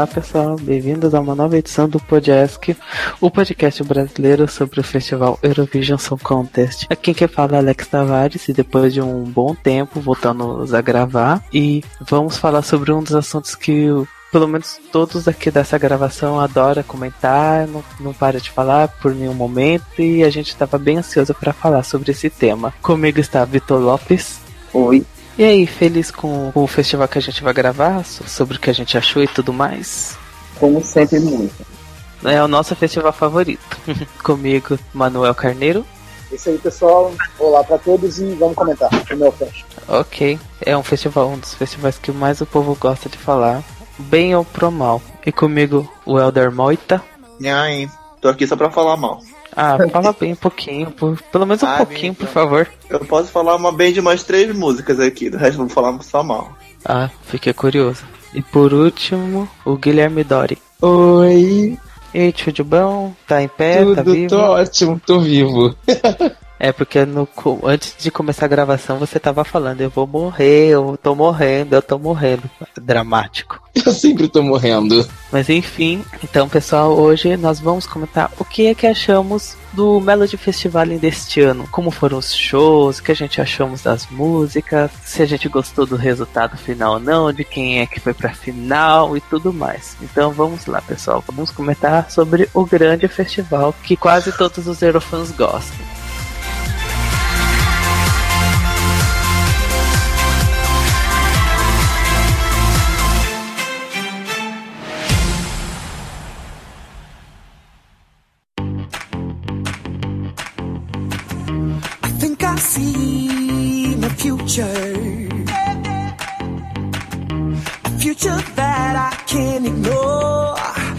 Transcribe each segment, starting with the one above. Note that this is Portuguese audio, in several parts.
Olá pessoal, bem-vindos a uma nova edição do Podesc, o podcast brasileiro sobre o Festival Eurovision Song Contest. Aqui quem fala é Alex Tavares e depois de um bom tempo voltamos a gravar e vamos falar sobre um dos assuntos que pelo menos todos aqui dessa gravação adoram comentar, não para de falar por nenhum momento e a gente estava bem ansioso para falar sobre esse tema. Comigo está Vitor Lopes. Oi. E aí, feliz com o festival que a gente vai gravar, sobre o que a gente achou e tudo mais? Como sempre, muito. É o nosso festival favorito. Comigo, Manuel Carneiro. Isso aí, pessoal. Olá pra todos e vamos comentar o meu fest. Ok, é um festival, um dos festivais que mais o povo gosta de falar, bem ou pro mal. E comigo, o Elder Moita. E aí, tô aqui só pra falar mal. Ah, fala bem um pouquinho, pelo menos um pouquinho, por favor. Eu posso falar bem de umas 3 músicas aqui, do resto eu vou falar só mal. Ah, fiquei curioso. E por último, o Guilherme Dori. Oi! E aí, tudo bom? Tá em pé? Tudo, tá vivo? tô ótimo, tô vivo. É porque antes de começar a gravação você tava falando, eu vou morrer, eu tô morrendo. Dramático. Eu sempre tô morrendo. Mas enfim, então pessoal, hoje nós vamos comentar o que é que achamos do Melody Festival deste ano. Como foram os shows, o que a gente achamos das músicas, se a gente gostou do resultado final ou não, de quem é que foi pra final e tudo mais. Então vamos lá pessoal, vamos comentar sobre o grande festival que quase todos os Eurofãs gostam. I see my future, a future that I can't ignore.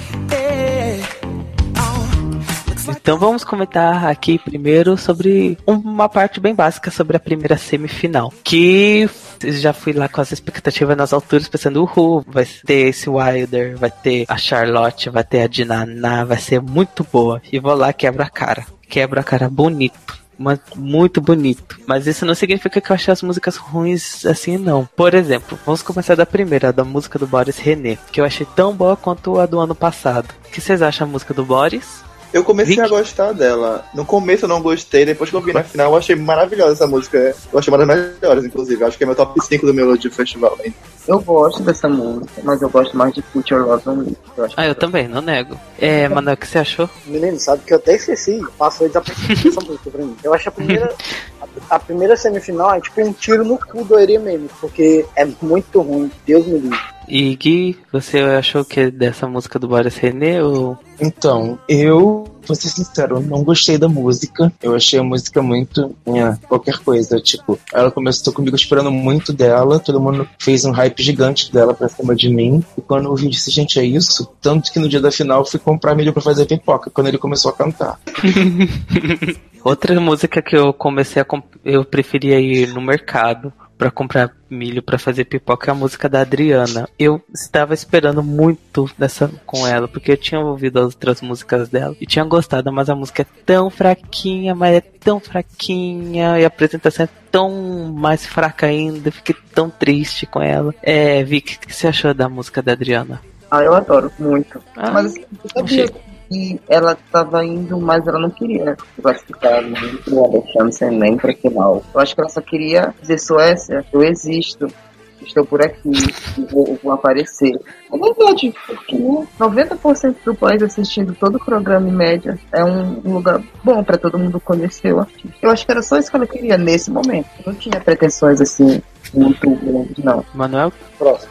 Então vamos comentar aqui primeiro sobre uma parte bem básica sobre a primeira semifinal, que já fui lá com as expectativas nas alturas pensando, vai ter esse Wilder, vai ter a Charlotte, vai ter a Dinaná, vai ser muito boa, e vou lá quebra a cara bonito. Mas muito bonito. Mas isso não significa que eu achei as músicas ruins assim, não. Por exemplo, vamos começar da primeira, da música do Boris René, que eu achei tão boa quanto a do ano passado. O que vocês acham da música do Boris? Eu comecei a gostar dela. No começo eu não gostei, depois que eu vi na final eu achei maravilhosa essa música. Eu achei uma das melhores, inclusive. Acho que é meu top 5 do Melody Festival. Hein? Eu gosto dessa música, mas eu gosto mais de Put Your Love on Me. Eu também, não nego. Manuel, o que você achou? Menino, sabe que eu até esqueci. Passou desapercebida essa música pra mim. Eu acho a primeira semifinal é tipo um tiro no cu do Eri mesmo, porque é muito ruim. Deus me livre. E Gui, você achou o que dessa música do Boris René? Ou... Então, vou ser sincero, eu não gostei da música. Eu achei a música muito qualquer coisa. Tipo, ela começou comigo esperando muito dela. Todo mundo fez um hype gigante dela pra cima de mim. E quando eu ouvi, disse, gente, é isso? Tanto que no dia da final eu fui comprar milho pra fazer pipoca, quando ele começou a cantar. Outra música que eu eu preferia ir no mercado pra comprar milho pra fazer pipoca é a música da Adriana. Eu estava esperando muito com ela, porque eu tinha ouvido as outras músicas dela e tinha gostado, mas a música é tão fraquinha, e a apresentação é tão mais fraca ainda, eu fiquei tão triste com ela. Vicky, o que você achou da música da Adriana? Eu adoro muito. Mas eu sabia que ela tava indo, mas ela não queria classificar muito o Alexandre nem pra final. Eu acho que ela só queria dizer, Suécia, eu existo, estou por aqui, vou aparecer. É verdade, porque 90% do país assistindo todo o programa em média é um lugar bom pra todo mundo conhecer o artista. Eu acho que era só isso que ela queria nesse momento. Não tinha pretensões assim muito grandes, não. Manuel? Próximo.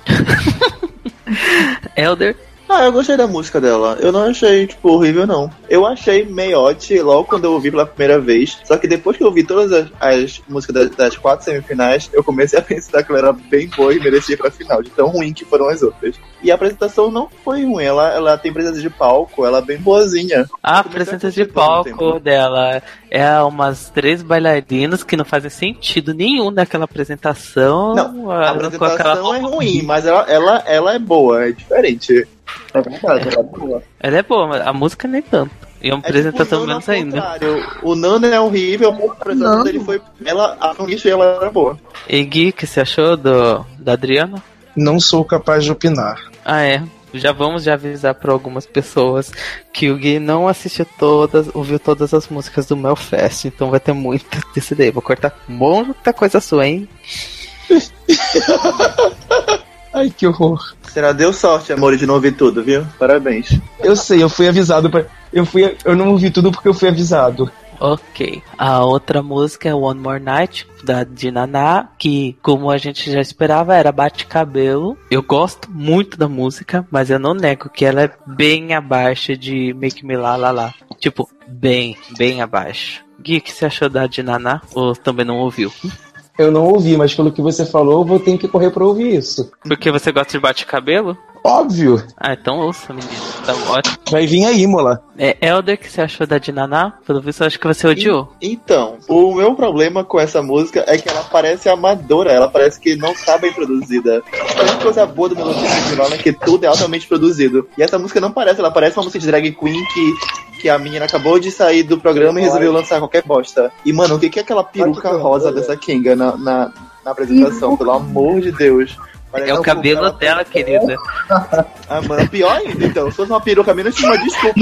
Elder? Eu gostei da música dela. Eu não achei, horrível, não. Eu achei meiote logo quando eu ouvi pela primeira vez. Só que depois que eu ouvi todas as músicas das 4 semifinais, eu comecei a pensar que ela era bem boa e merecia ir pra final, de tão ruim que foram as outras. E a apresentação não foi ruim. Ela tem presença de palco, ela é bem boazinha. A presença de palco dela é umas 3 bailarinas que não fazem sentido nenhum naquela apresentação. Não, a apresentação é ruim, mas ela é boa, é diferente. É verdade, ela é boa. Ela é boa, mas a música nem tanto. E é uma apresentação menos ainda. O Nano é horrível, a apresentação dele foi... A Famicha, ela era boa. E Gui, o que você achou da Adriana? Não sou capaz de opinar. É. Já vamos avisar para algumas pessoas que o Gui não ouviu todas as músicas do Melfest, então vai ter muita desse daí. Vou cortar muita coisa sua, hein? Ai, que horror. Será deu sorte, amor, de não ouvir tudo, viu? Parabéns. Eu sei, eu fui avisado. Eu não ouvi tudo porque eu fui avisado. Ok. A outra música é One More Night, de Naná, que, como a gente já esperava, era bate-cabelo. Eu gosto muito da música, mas eu não nego que ela é bem abaixo de Make Me La La La. Tipo, bem abaixo. Gui, o que você achou da de Naná? Ou também não ouviu? Eu não ouvi, mas pelo que você falou, eu vou ter que correr pra ouvir isso. Porque você gosta de bate-cabelo? Óbvio. Ah, então ouça, menino. Tá ótimo. Vai vir aí, Mola. Elder, o que você achou da de Naná? Pelo visto, eu acho que você odiou. Então, o meu problema com essa música é que ela parece amadora, ela parece que não tá bem produzida. A única coisa boa do Melody Festival é que tudo é altamente produzido. E essa música não parece, ela parece uma música de drag queen que a menina acabou de sair do programa e resolveu lançar qualquer bosta. E, mano, o que é aquela peruca rosa dessa Kinga na apresentação? Pelo amor de Deus. Parece é o cabelo dela, querida. Ah, mano, pior ainda, então. Se fosse uma peruca menos, tinha uma desculpa.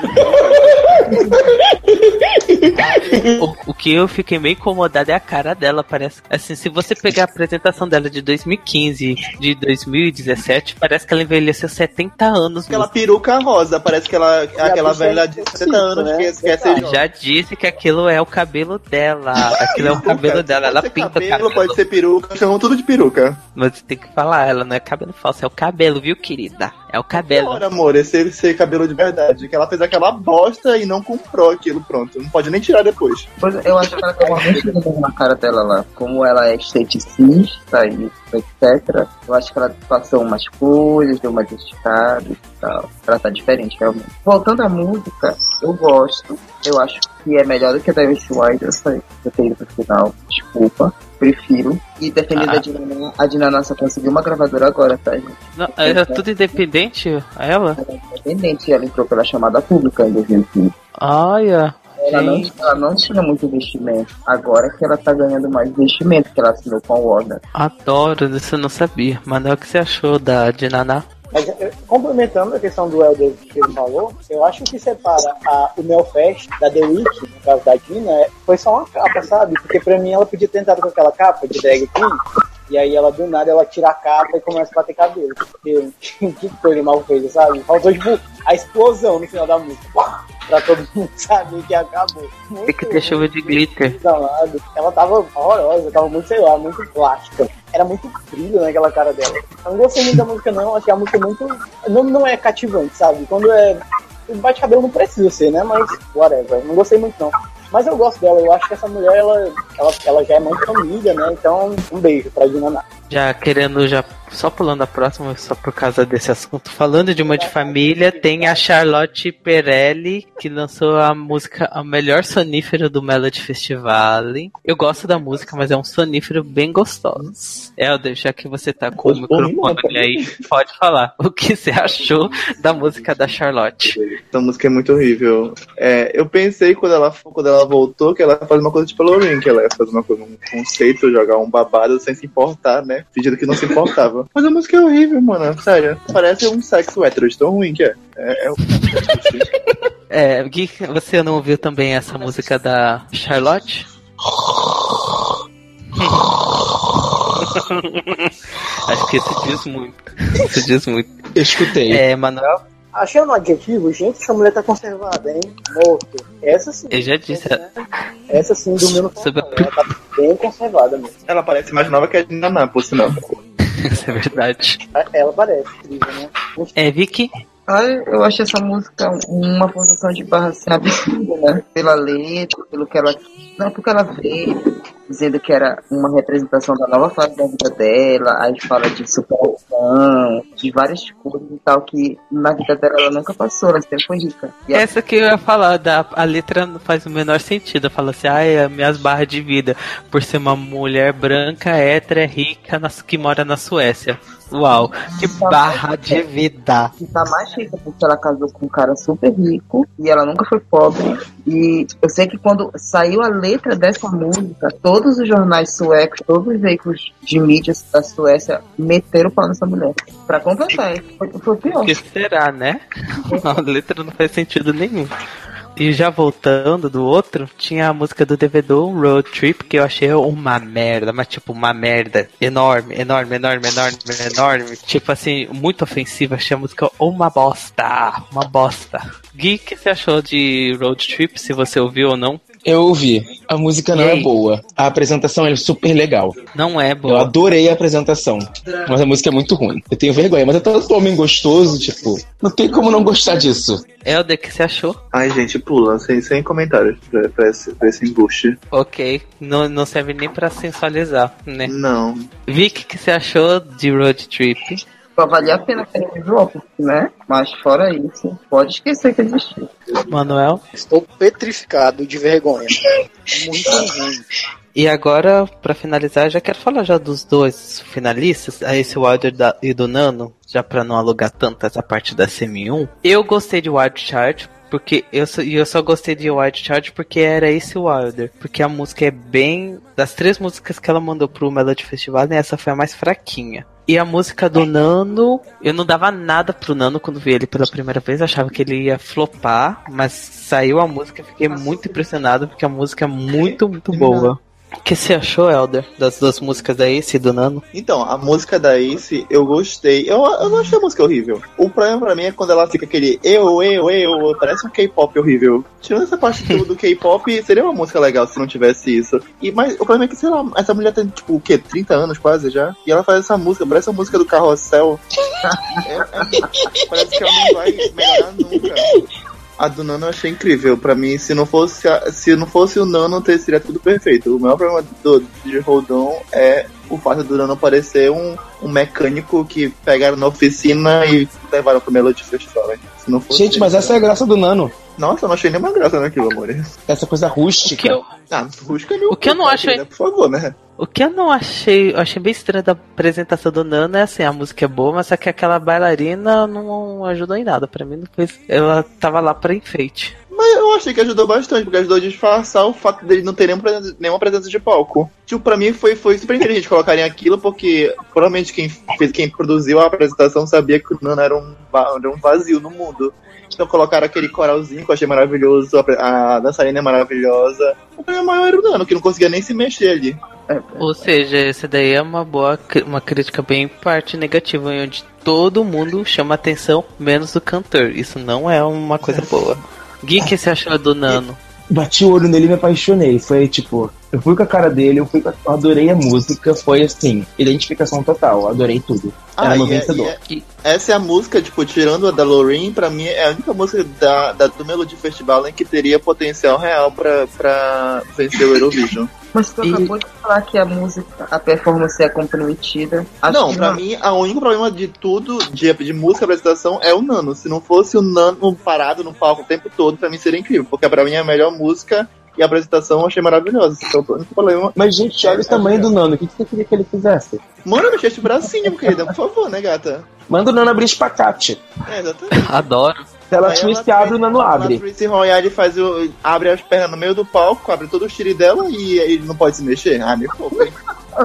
O que eu fiquei meio incomodado é a cara dela. Parece assim, se você pegar a apresentação dela de 2015, de 2017, parece que ela envelheceu 70 anos. Aquela peruca rosa, parece que ela é aquela velha de 70 anos, né? que quer ser já disse que aquilo é o cabelo dela. Aquilo é o cabelo dela. Ela pinta o cabelo. Pode ser peruca, chamam tudo de peruca. Mas tem que falar, ela não é cabelo falso, é o cabelo, viu, querida? É o cabelo. Ora, amor, esse cabelo de verdade. Que ela fez aquela bosta e não comprou aquilo, pronto. Não pode nem tirar depois. Pois eu acho que ela tem uma mexida na cara dela lá. Como ela é esteticista e etc. Eu acho que ela passou umas coisas, deu uma esticada e tal. Ela tá diferente, realmente. Voltando à música, eu gosto. Eu acho que é melhor do que a da Ivy Wide. Eu sei, eu tenho pro final. Desculpa. Prefiro. E defendendo a Dinaná só conseguiu uma gravadora agora, tá, gente? Não, era tudo independente, ela? Ela é independente, ela entrou pela chamada pública em 2015. Olha. Ela não tinha muito investimento. Agora que ela tá ganhando mais investimento, que ela assinou com a Warner. Adoro, isso eu não sabia. Manuel, o que você achou da Dinaná? Mas, complementando a questão do Elder que ele falou, eu acho que separa o Melfest da The Week, no caso da Dina, foi só uma capa, sabe? Porque pra mim ela podia ter entrado com aquela capa de drag queen, e aí ela do nada ela tira a capa e começa a bater cabelo. Porque que coisa mal feita, sabe? Faltou tipo a explosão no final da música. Pra todo mundo saber que acabou. Tem que ter chuva de glitter. Ela tava horrorosa, tava muito, sei lá, muito plástica. Era muito brilho naquela cara dela. Eu não gostei muito da música, não. Acho que a música é muito. Não é cativante, sabe? Quando é. O bate-cabelo não precisa ser, né? Mas, whatever. Não gostei muito, não. Mas eu gosto dela. Eu acho que essa mulher, ela já é muito família, né? Então, um beijo pra Dinaná. Já querendo, só pulando a próxima, só por causa desse assunto. Falando de uma de família, tem a Charlotte Perelli, que lançou a música A Melhor Sonífero do Melody Festival. Eu gosto da música, mas é um sonífero bem gostoso. Elder, já que você tá com o microfone aí, pode falar. O que você achou da música da Charlotte? Essa música é muito horrível. Eu pensei quando ela voltou que ela ia fazer uma coisa tipo Lorraine, que ela ia fazer uma coisa, um conceito, jogar um babado sem se importar, né? Fingindo que não se importava. Mas a música é horrível, mano. Sério. Parece um sexo hétero de tão ruim que é. Gui, você não ouviu também essa música da Charlotte? Acho que isso diz muito. Isso diz muito. Eu escutei. Manuel? Achei um adjetivo, gente, essa mulher tá conservada, hein? Morto. Essa sim. Eu já disse. Essa sim, do meu ela tá bem conservada mesmo. Ela parece mais nova que a Dinaná, por sinal. Isso é verdade. Ela parece, incrível, né? Vicky? Eu acho essa música uma posição de barra assim, absurda, né? Pela letra, pelo que ela... Não, porque ela veio dizendo que era uma representação da nova fase da vida dela, aí fala de superação, de várias coisas e tal, que na vida dela ela nunca passou, ela sempre foi rica. Essa que eu ia falar, a letra não faz o menor sentido. Eu falo assim, minhas barras de vida, por ser uma mulher branca, hétera, rica, que mora na Suécia. Uau, que barra de vida. E tá mais rica porque ela casou com um cara super rico e ela nunca foi pobre. E eu sei que quando saiu a letra dessa música, todos os jornais suecos, todos os veículos de mídias da Suécia meteram o pau nessa mulher. Pra Completamente. Foi pior. O que será, né? A letra não faz sentido nenhum. E já voltando do outro, tinha a música do DVD Road Trip, que eu achei uma merda, mas tipo, uma merda enorme. Tipo assim, muito ofensiva. Achei a música uma bosta. Gui, o que você achou de Road Trip, se você ouviu ou não? Eu ouvi. A música não é boa. A apresentação é super legal. Não é boa. Eu adorei a apresentação. Mas a música é muito ruim. Eu tenho vergonha, mas é tanto homem gostoso, tipo, não tem como não gostar disso. Helder, o que você achou? Ai, gente, pula, sem comentários pra esse embuste. Ok, não serve nem pra sensualizar, né? Não. Vic, o que você achou de Road Trip? Só valia a pena ter um jogo, né? Mas fora isso, pode esquecer que existiu. Manuel? Estou petrificado de vergonha. Muito ruim. E agora, pra finalizar, já quero falar já dos dois finalistas, a esse Wilder e do Nano, já pra não alugar tanto essa parte da CM1. Eu gostei de Wild Child, porque eu só gostei de Wild Child porque era esse Wilder. Porque a música é bem... Das 3 músicas que ela mandou pro Melody Festival, né, essa foi a mais fraquinha. E a música do Nano, eu não dava nada pro Nano quando vi ele pela primeira vez, achava que ele ia flopar, mas saiu a música e fiquei muito impressionado porque a música é muito, muito boa. O que você achou, Helder, das duas músicas da Ace e do Nano? Então, a música da Ace, eu gostei. Eu não achei a música horrível. O problema pra mim é quando ela fica aquele parece um K-pop horrível. Tirando essa parte do K-pop, seria uma música legal se não tivesse isso. Mas o problema é que, sei lá, essa mulher tem, tipo, o quê? 30 anos quase já? E ela faz essa música, parece a música do Carrossel. Parece que ela não vai melhorar nunca. A do Nano eu achei incrível. Pra mim, se não fosse o Nano, seria tudo perfeito. O maior problema de Hold On é o fato do Nano parecer um mecânico que pegaram na oficina e levaram pro Melody Festival. Né? Se não fosse gente, mas essa é a graça do Nano. Nossa, eu não achei nenhuma graça naquilo, amor. Essa coisa rústica. Rústica é meu. O que eu não achei... Né? Por favor, né? O que eu não achei... Eu achei bem estranho da apresentação do Nano é assim, a música é boa, mas só que aquela bailarina não ajudou em nada. Pra mim, não fez... Ela tava lá pra enfeite. Mas eu achei que ajudou bastante, porque ajudou a disfarçar o fato dele não ter nenhuma presença de palco. Tipo, pra mim foi super inteligente colocarem aquilo, porque provavelmente quem produziu a apresentação sabia que o Nano era um vazio no mundo. Então colocaram aquele coralzinho que eu achei maravilhoso, a dançarina é maravilhosa. O problema maior era o Nano, que não conseguia nem se mexer ali. Ou seja, essa daí é uma crítica bem parte negativa, onde todo mundo chama atenção, menos o cantor. Isso não é uma coisa boa. Gui, o que você achou do Nano? Bati o olho nele e me apaixonei. Foi tipo, eu fui com a cara dele, eu adorei a música, foi assim, identificação total, adorei tudo. Era meu vencedor. Essa é a música, tipo, tirando a da Loreen, pra mim é a única música do Melody Festival em que teria potencial real pra vencer o Eurovision. Mas tu acabou de falar que a música, a performance é comprometida. Não, pra mim, o único problema de tudo, de música e apresentação, é o Nano. Se não fosse o Nano parado no palco o tempo todo, pra mim seria incrível. Porque pra mim é a melhor música e a apresentação eu achei maravilhosa. Então, o único problema... Mas, gente, olha o tamanho do Nano. O que você queria que ele fizesse? Mano, mexesse o bracinho, querida. Por favor, né, gata? Manda o Nano abrir espacate. Exatamente. Adoro. Se ela twist abre, o Nano abre. A Tracy Royale abre as pernas no meio do palco, abre todo o tiro dela e ele não pode se mexer. Ah, meu pouco, hein?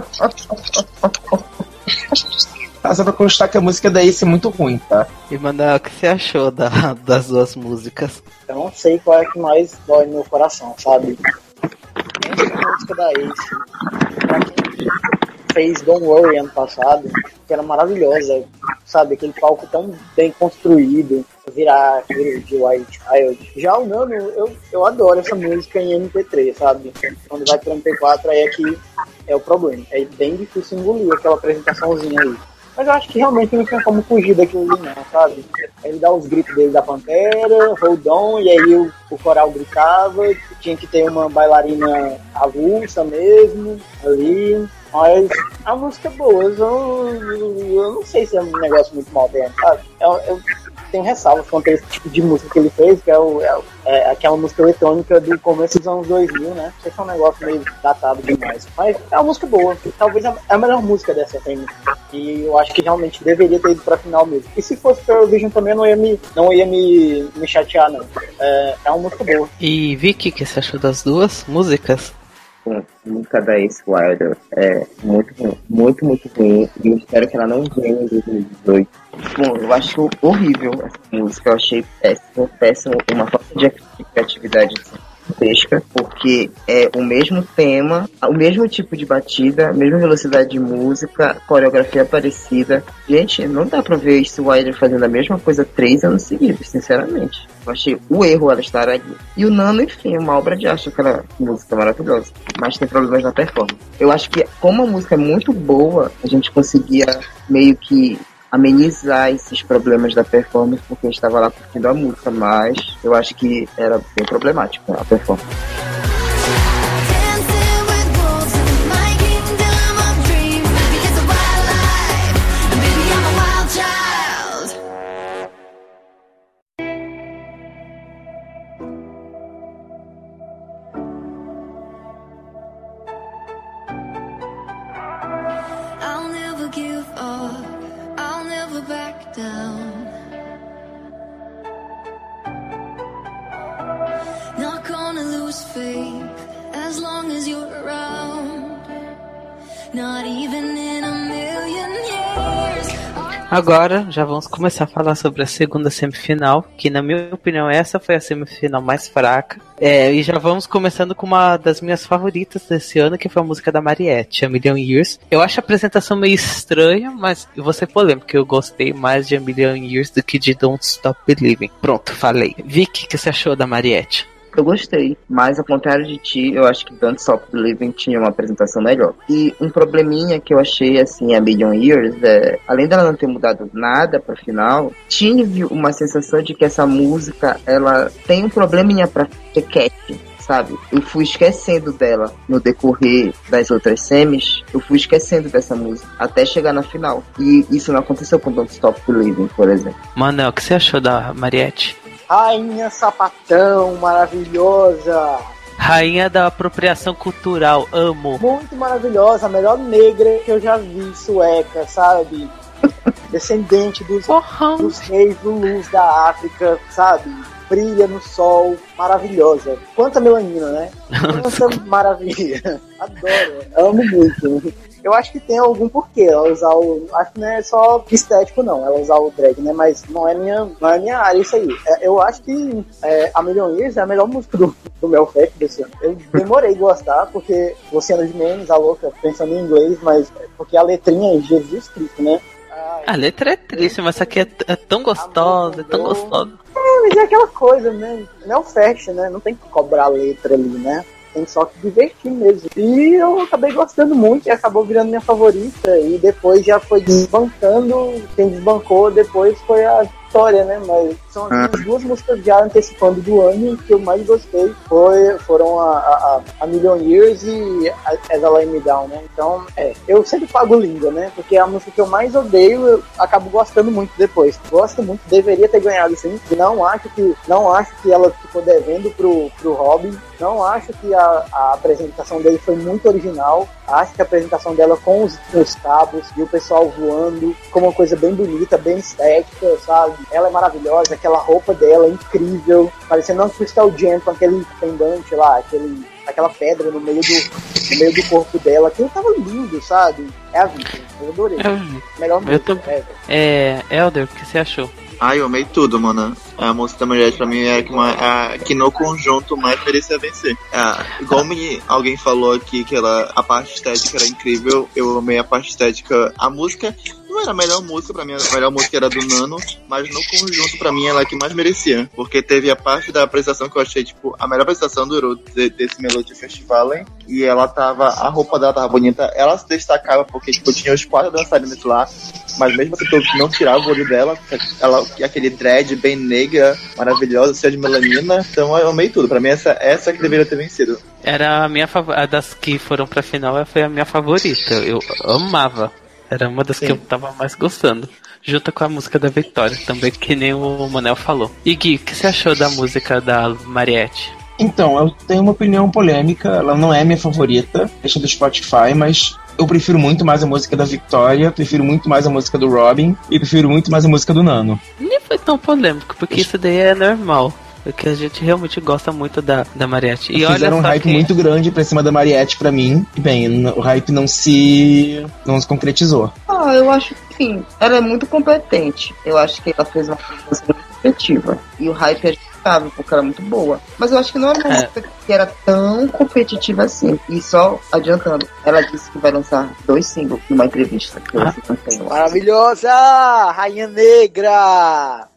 Só pra constar que a música da Ace é muito ruim, tá? E, Manuel, o que você achou das duas músicas? Eu não sei qual é que mais dói no meu coração, sabe? A música da Ace, pra quem fez Don't Worry ano passado, que era maravilhosa, sabe? Aquele palco tão bem construído, virar aquele de White Child. Já o Nano, eu adoro essa música em MP3, sabe? Quando vai pro MP4 aí é que é o problema. É bem difícil engolir aquela apresentaçãozinha aí. Mas eu acho que realmente não tinha como fugir daquilo ali não, sabe? Ele dá os gritos dele da Pantera, Hold On, e aí o coral gritava, tinha que ter uma bailarina avulsa mesmo, ali. Mas a música é boa, eu não sei se é um negócio muito moderno, sabe? Eu tenho ressalvas contra esse tipo de música que ele fez, que é aquela música eletrônica do começo dos anos 2000, né? Não sei se é um negócio meio datado demais. Mas é uma música boa, talvez a melhor música dessa tem. E eu acho que realmente deveria ter ido pra final mesmo. E se fosse pra Eurovision também não ia me chatear, não. É uma música boa. E Vicky, o que você achou das duas músicas? com a música da Ace Wilder é muito ruim, muito ruim, e eu espero que ela não venha em 2018. Bom, eu acho horrível essa música, eu achei péssimo, uma falta de criatividade gigantesca, porque é o mesmo tema, o mesmo tipo de batida, a mesma velocidade de música, coreografia parecida. Gente, não dá pra ver Ace Wilder fazendo a mesma coisa 3 anos seguidos, sinceramente. Eu achei o erro ela estar ali. E o Nano, enfim, uma obra de arte, aquela música maravilhosa, mas tem problemas na performance. Eu acho que, como a música é muito boa, a gente conseguia meio que amenizar esses problemas da performance, porque eu estava lá curtindo a música, mas eu acho que era bem problemático a performance. I'll never give up, I'll never back down. Not gonna lose faith as long as you're around. Not even in a million years. Agora já vamos começar a falar sobre a segunda semifinal, que na minha opinião essa foi a semifinal mais fraca. E já vamos começando com uma das minhas favoritas desse ano, que foi a música da Mariette, A Million Years. Eu acho a apresentação meio estranha, mas eu vou ser polêmico, eu gostei mais de A Million Years do que de Don't Stop Believing. Pronto, falei. Vicky, o que você achou da Mariette? Eu gostei, mas ao contrário de ti, eu acho que Don't Stop Believing tinha uma apresentação melhor. E um probleminha que eu achei, assim, A Million Years, além dela não ter mudado nada pra final, tive uma sensação de que essa música, ela tem um probleminha pra ter catch, sabe? Eu fui esquecendo dela no decorrer das outras semis, eu fui esquecendo dessa música, até chegar na final. E isso não aconteceu com Don't Stop Believing, por exemplo. Manel, o que você achou da Mariette? Rainha Sapatão, maravilhosa. Rainha da apropriação cultural, amo. Muito maravilhosa, a melhor negra que eu já vi, sueca, sabe? Descendente dos reis do luz da África, sabe? Brilha no sol, maravilhosa. Quanta melanina, né? Quanta maravilha. Adoro, amo muito. Eu acho que tem algum porquê ela usar o... Acho que não é só estético, não, ela usar o drag, né? Mas não é minha área isso aí. Eu acho que A Million Years é a melhor música do Melfest desse ano. Eu demorei a gostar, porque Luciana Gimenez, a louca, pensando em inglês, mas porque a letrinha é Jesus Cristo, né? A letra é triste, mas essa aqui é tão gostosa, é tão gostosa. Mas é aquela coisa, né? Melfest, né? Não tem que cobrar a letra ali, né? Tem só que divertir mesmo. E eu acabei gostando muito e acabou virando minha favorita. E depois já foi desbancando. Quem desbancou depois foi a Vitória, né? Mas são as minhas duas músicas já antecipando do ano que eu mais gostei. Foram a Million Years e As I Lay Me Down, né? Então, eu sempre pago língua, né? Porque é a música que eu mais odeio, eu acabo gostando muito depois. Gosto muito, deveria ter ganhado sim. Não acho que ela ficou devendo pro Robin. Não acho que a apresentação dele foi muito original. Acho que a apresentação dela com os cabos e o pessoal voando ficou uma coisa bem bonita, bem estética, sabe? Ela é maravilhosa, aquela roupa dela é incrível, parecendo uma Crystal Gem com aquele pendante lá, aquela pedra no meio do corpo dela. Aquilo tava lindo, sabe? É a vida. Eu adorei. Melhor música. Elder, o que você achou? Eu amei tudo, mano. A música da Mariette pra mim é que no conjunto mais merecia vencer. Igual alguém falou aqui que a parte estética era incrível, eu amei a parte estética. A música não era a melhor música, pra mim a melhor música era do Nano, mas no conjunto pra mim ela é a que mais merecia, porque teve a parte da apresentação que eu achei, tipo, a melhor apresentação desse Melody Festival, hein? E a roupa dela tava bonita, ela se destacava porque, tipo, tinha os 4 dançarinos lá, mas mesmo assim tu não tirava o olho dela, aquele dread bem negra, maravilhosa, cheia de melanina, então eu amei tudo. Pra mim essa que deveria ter vencido. Era a minha favorita, das que foram pra final foi a minha favorita, eu amava. Era uma das que eu tava mais gostando. Junto com a música da Vitória, também, que nem o Manel falou. E Gui, o que você achou da música da Mariette? Então, eu tenho uma opinião polêmica. Ela não é minha favorita, deixa do Spotify, mas eu prefiro muito mais a música da Vitória, prefiro muito mais a música do Robin e prefiro muito mais a música do Nano. Nem foi tão polêmico, porque isso daí é normal. Porque a gente realmente gosta muito da Mariette. E fizeram um hype muito grande pra cima da Mariette pra mim. E bem, o hype não se concretizou. Eu acho que sim. Ela é muito competente. Eu acho que ela fez uma coisa muito efetiva. E o hype é justificável, porque ela é muito boa. Mas eu acho que não é uma música que era tão competitiva assim. E só adiantando, ela disse que vai lançar 2 singles numa entrevista que você não tem. Maravilhosa! Rainha Negra!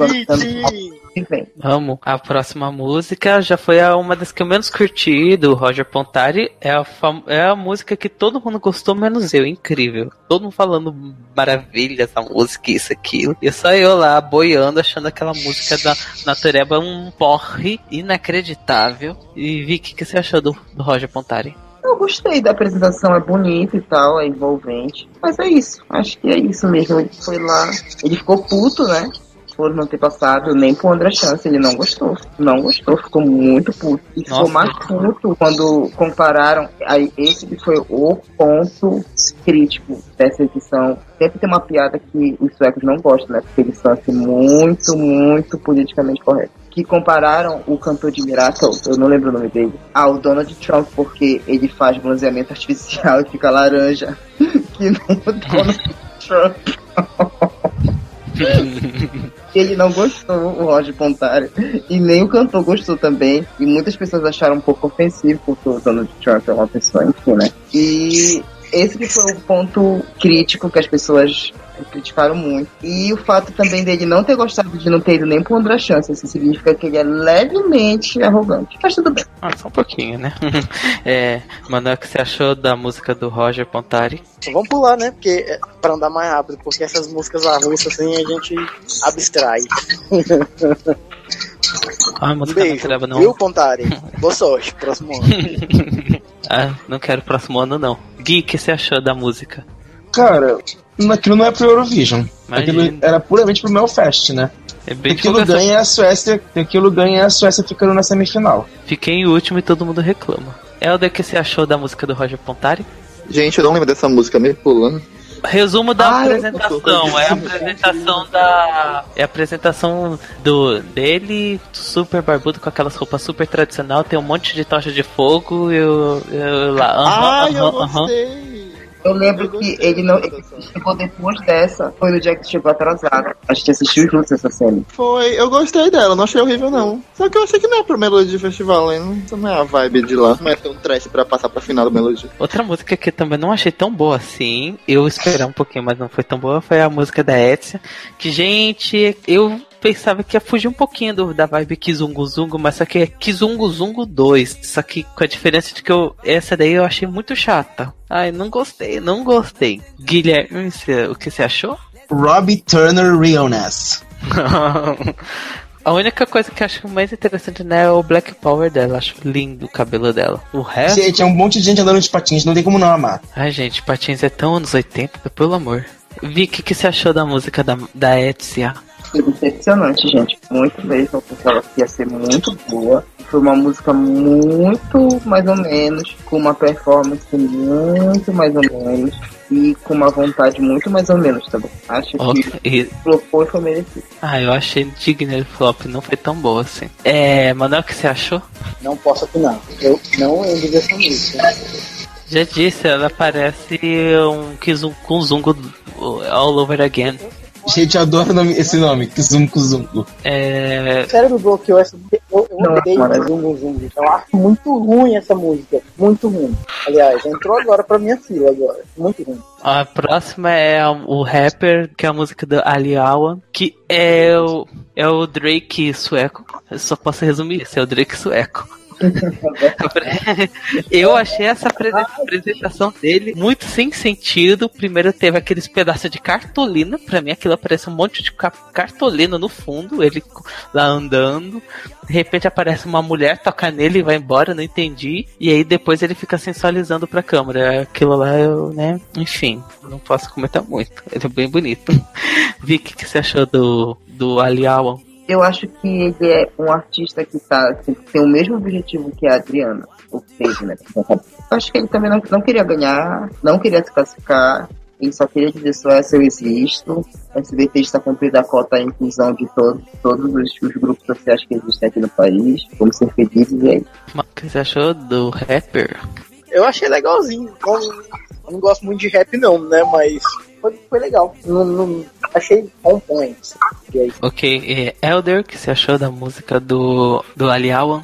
Vamos. A próxima música já foi uma das que eu menos curti, do Roger Pontari. É a música que todo mundo gostou, menos eu. Incrível. Todo mundo falando maravilha essa música, isso, aquilo. E só eu lá, boiando, achando aquela música da Natureba um porre inacreditável. E vi o que você achou do Roger Pontari. Eu gostei da apresentação, é bonita e tal, é envolvente. Mas é isso, acho que é isso mesmo. Ele foi lá, ele ficou puto, né? Por não ter passado nem pro André Chance, ele não gostou, ficou muito puto. E ficou mais puto quando compararam, aí esse que foi o ponto crítico dessa edição. Sempre tem uma piada que os suecos não gostam, né, porque eles são assim, muito, muito politicamente corretos. Que compararam o cantor de Miracle, eu não lembro o nome dele, ao Donald Trump, porque ele faz bronzeamento artificial e fica laranja, que nem o Donald Trump. Ele não gostou, o Roger Pontari, e nem o cantor gostou também, e muitas pessoas acharam um pouco ofensivo, porque o Donald Trump é uma pessoa, enfim, né? E esse que foi o ponto crítico que as pessoas criticaram muito. E o fato também dele não ter gostado de não ter ido nem pro André Chance, isso significa que ele é levemente arrogante. Mas tudo bem. Só um pouquinho, né? Manoel, o que você achou da música do Roger Pontari? Vamos pular, né? Porque, pra andar mais rápido, porque essas músicas russas assim a gente abstrai. Música beijo, não não. Viu, Pontari? Boa sorte, próximo ano. Não quero próximo ano, não. Gui, o que você achou da música? Cara, aquilo não é pro Eurovision. Aquilo era puramente pro Melfest, né? Aquilo ganha a Suécia ficando na semifinal. Fiquei em último e todo mundo reclama. Helder, o que você achou da música do Roger Pontari? Gente, eu não lembro dessa música, meio pulando. Resumo da apresentação. É a apresentação dele, super barbudo, com aquelas roupas super tradicional, tem um monte de tocha de fogo, eu lá. Eu gostei. Eu lembro que ele chegou depois dessa, foi no dia que chegou atrasado. A gente assistiu juntos essa cena. Foi, eu gostei dela, não achei horrível não. Só que eu achei que não é pro Melody Festival, hein? Não é a vibe de lá. Não é tão trash pra passar pra final do Melody. Outra música que eu também não achei tão boa assim, eu esperava um pouquinho, mas não foi tão boa, foi a música da Étia. Que, gente, eu pensava que ia fugir um pouquinho da vibe Kizungu Zungu, mas só que é Kizungu Zungu 2. Só que com a diferença de que essa daí eu achei muito chata. Ai, não gostei. Guilherme, o que você achou? Robbie Turner Realness. A única coisa que eu acho mais interessante, né, é o Black Power dela. Acho lindo o cabelo dela. O resto... Gente, é um monte de gente andando de patins, não tem como não amar. Ai, gente, patins é tão anos 80, pelo amor. Vicky, o que você achou da música da Etsia? Foi decepcionante, gente. Muito mesmo. Eu pensava que ia ser muito boa. Foi uma música muito mais ou menos, com uma performance muito mais ou menos, e com uma vontade muito mais ou menos, tá bom? Acho que flopou e foi merecido. Eu achei digno de flop, não foi tão boa assim. Manoel, o que você achou? Não posso opinar. Eu não lembro dessa música. Já disse, ela parece um Kizungu all over again. Gente, eu adoro esse nome, Kizungu. Sério, me bloqueou essa música. Eu odeio Kizungu. Eu acho muito ruim essa música. Muito ruim. Aliás, entrou agora pra minha fila agora. Muito ruim. A próxima é o rapper, que é a música do Aliawa, que é o Drake sueco. Eu só posso resumir isso, é o Drake sueco. Eu achei essa apresentação dele muito sem sentido. Primeiro teve aqueles pedaços de cartolina. Pra mim aquilo parece um monte de cartolina no fundo. Ele lá andando. De repente aparece uma mulher, toca nele e vai embora, não entendi. E aí depois ele fica sensualizando pra câmera. Aquilo lá, enfim, não posso comentar muito. Ele é bem bonito. Vicky, o que você achou do Aliawan? Eu acho que ele é um artista que tem o mesmo objetivo que a Adriana, ou seja, né? Eu acho que ele também não queria ganhar, não queria se classificar, E só queria dizer, Suécia, eu existo. A SBT está cumprindo a cota a inclusão de todos os grupos sociais que existem aqui no país. Vamos ser felizes, e aí. O que você achou do rapper? Eu achei legalzinho. Eu não gosto muito de rap não, né? Mas foi legal. Não achei on point. Ok, Elder, o que você achou da música do Ali Awan?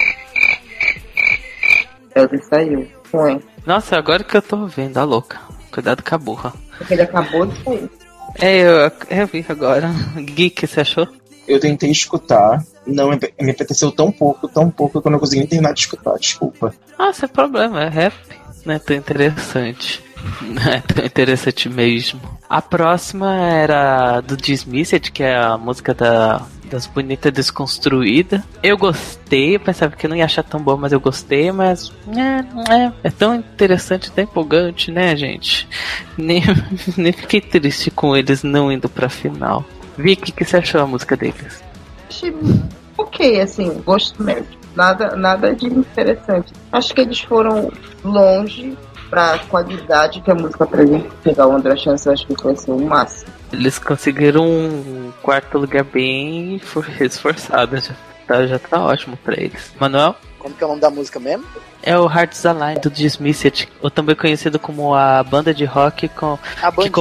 Elder saiu. Foi. Nossa, agora que eu tô vendo, a louca. Cuidado com a burra. Porque ele acabou de sair. Eu vi agora. Gui, o que você achou? Eu tentei escutar, não me apeteceu tão pouco que eu não consegui terminar de escutar, desculpa. Ah, sem problema, é rap. Não é tão interessante. Não é tão interessante mesmo. A próxima era do Dismissed, que é a música das Bonitas Desconstruída. Eu gostei, eu pensava que eu não ia achar tão boa, mas eu gostei, mas é tão interessante, tão empolgante, né, gente? Nem fiquei triste com eles não indo pra final. Vicky, o que você achou da música deles? Achei ok, assim, gosto médio. Nada de interessante. Acho que eles foram longe pra qualidade que a música apresenta. Pegar o André Chance, eu acho que foi assim, o máximo. Eles conseguiram um quarto lugar bem esforçado. Já tá ótimo pra eles. Manuel? Como que é o nome da música mesmo? É o Hearts Align do Dismissed, ou também conhecido como a banda de rock que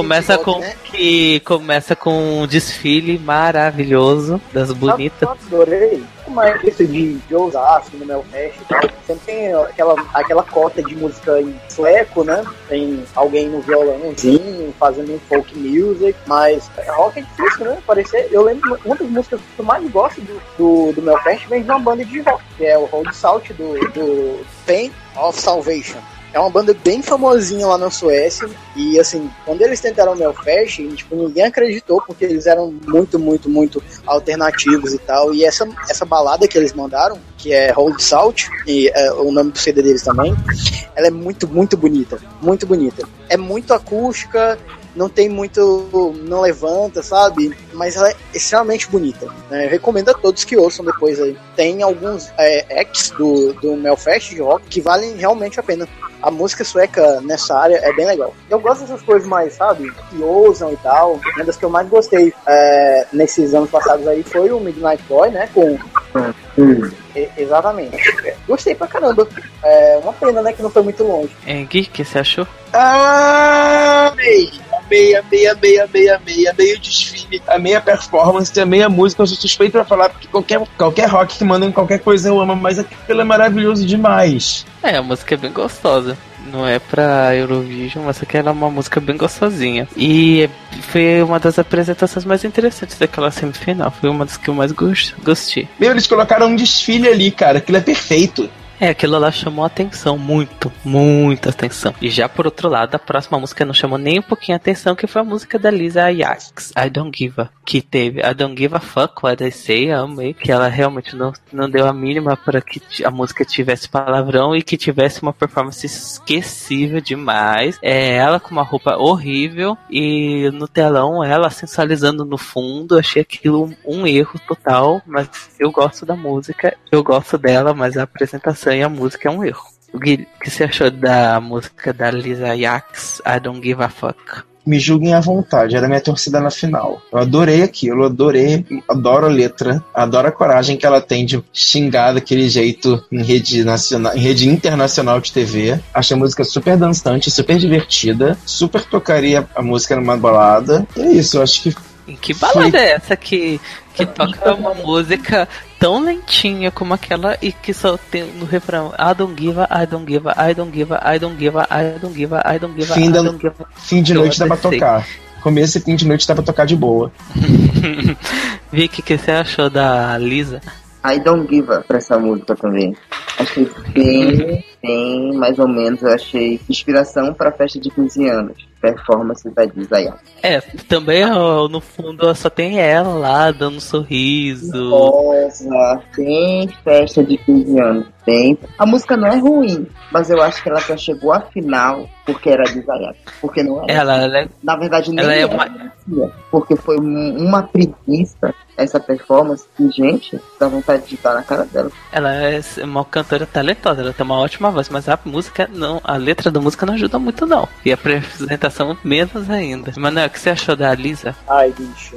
começa com um desfile maravilhoso das bonitas. Eu adorei. Como é esse de Osasco no Melfest e tal, sempre tem aquela cota de música em sueco, né? Tem alguém no violãozinho fazendo um folk music, mas rock é difícil, né? Eu lembro uma das músicas que eu mais gosto do Melfest vem de uma banda de rock, que é o Hold Salt do Pain of Salvation. É uma banda bem famosinha lá na Suécia. E assim, quando eles tentaram o Melfest, tipo, ninguém acreditou, porque eles eram muito, muito, muito alternativos e tal. E essa balada que eles mandaram, que é Hold Salt, e o nome do CD deles também, ela é muito, muito bonita. Muito bonita. É muito acústica, não tem muito, não levanta, sabe? Mas ela é extremamente bonita. Eu recomendo a todos que ouçam depois aí. Tem alguns acts do Melfest de rock que valem realmente a pena. A música sueca nessa área é bem legal. Eu gosto dessas coisas mais, sabe, que ousam e tal. Uma das que eu mais gostei nesses anos passados aí foi o Midnight Boy, né? Exatamente. Gostei pra caramba. Uma pena, né, que não foi muito longe. Gui, o que você achou? Amei o desfile, amei a performance, amei a música. Eu sou suspeito pra falar, porque qualquer rock que manda em qualquer coisa eu amo, mas aquilo é maravilhoso demais. A música é bem gostosa. Não é pra Eurovision, mas aqui era uma música bem gostosinha. E foi uma das apresentações mais interessantes daquela semifinal. Foi uma das que eu mais gostei. Eles colocaram um desfile ali, cara. Aquilo é perfeito. Aquilo lá chamou atenção, muita atenção. E já por outro lado, a próxima música não chamou nem um pouquinho a atenção, que foi a música da Lisa Ajax, I Don't Give a, que teve I Don't Give a Fuck What I Say, amei, que ela realmente não deu a mínima para que a música tivesse palavrão e que tivesse uma performance esquecível demais. Ela com uma roupa horrível e no telão ela sensualizando no fundo. Achei aquilo um erro total, mas eu gosto da música, eu gosto dela, mas a apresentação e a música é um erro. O que você achou da música da Lisa Ajax, I Don't Give a Fuck? Me julguem à vontade, era minha torcida na final. Eu adorei aquilo, adoro a letra, adoro a coragem que ela tem de xingar daquele jeito em rede internacional de TV. Achei a música super dançante, super divertida, super tocaria a música numa balada. E é isso, eu acho que... Em que balada é essa que toca uma música tão lentinha como aquela e que só tem no refrão I don't give a, I don't give a, I don't give a, I don't give a, I don't give a, I don't give a, I don't give a. Fim de noite dá pra tocar. Começo e fim de noite dá pra tocar de boa. Vicky, o que você achou da Lisa? I Don't Give a pra essa música também. Achei bem mais ou menos, eu achei inspiração pra festa de 15 anos. Performance da Lisa. Também no fundo só tem ela lá dando um sorriso. Nossa, tem festa de 15 anos. A música não é ruim, mas eu acho que ela só chegou à final porque era Lisa. Porque não é. Ela na verdade, nem merecia, porque foi uma preguiça essa performance que, gente, dá vontade de estar na cara dela. Ela é uma cantora talentosa, ela tem uma ótima voz, mas a música não, a letra da música não ajuda muito não. E a apresentação menos ainda. Manoel, o que você achou da Lisa? Ai, bicho.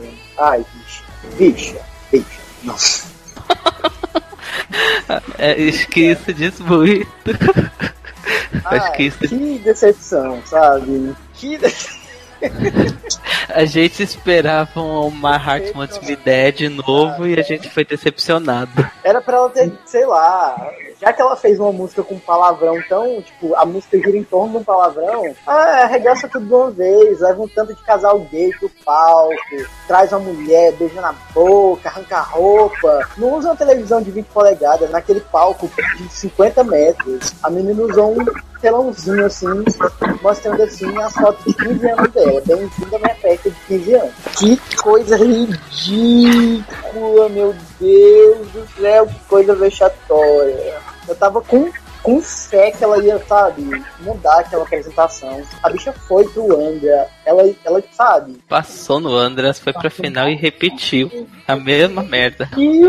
Bicha. Nossa. Acho que isso diz muito. Acho que isso... Que decepção, sabe? Que decepção. A gente esperava um My Heart Wants Me Dead novo e a gente foi decepcionado. Era pra ela ter, sei lá, já que ela fez uma música com palavrão tão, tipo, a música gira em torno de um palavrão, arregaça tudo de uma vez, leva um tanto de casal gay pro palco, traz uma mulher, beija na boca, arranca a roupa, não usa uma televisão de 20 polegadas naquele palco de 50 metros. A menina usou um telãozinho assim, mostrando assim as fotos de 15 anos dela, bem-vinda à minha festa de 15 anos. Que coisa ridícula, meu Deus do céu, que coisa vexatória. Eu tava com fé que ela ia, sabe, mudar aquela apresentação. A bicha foi pro Andra, ela sabe, passou no Andras, foi pra final e repetiu a mesma merda.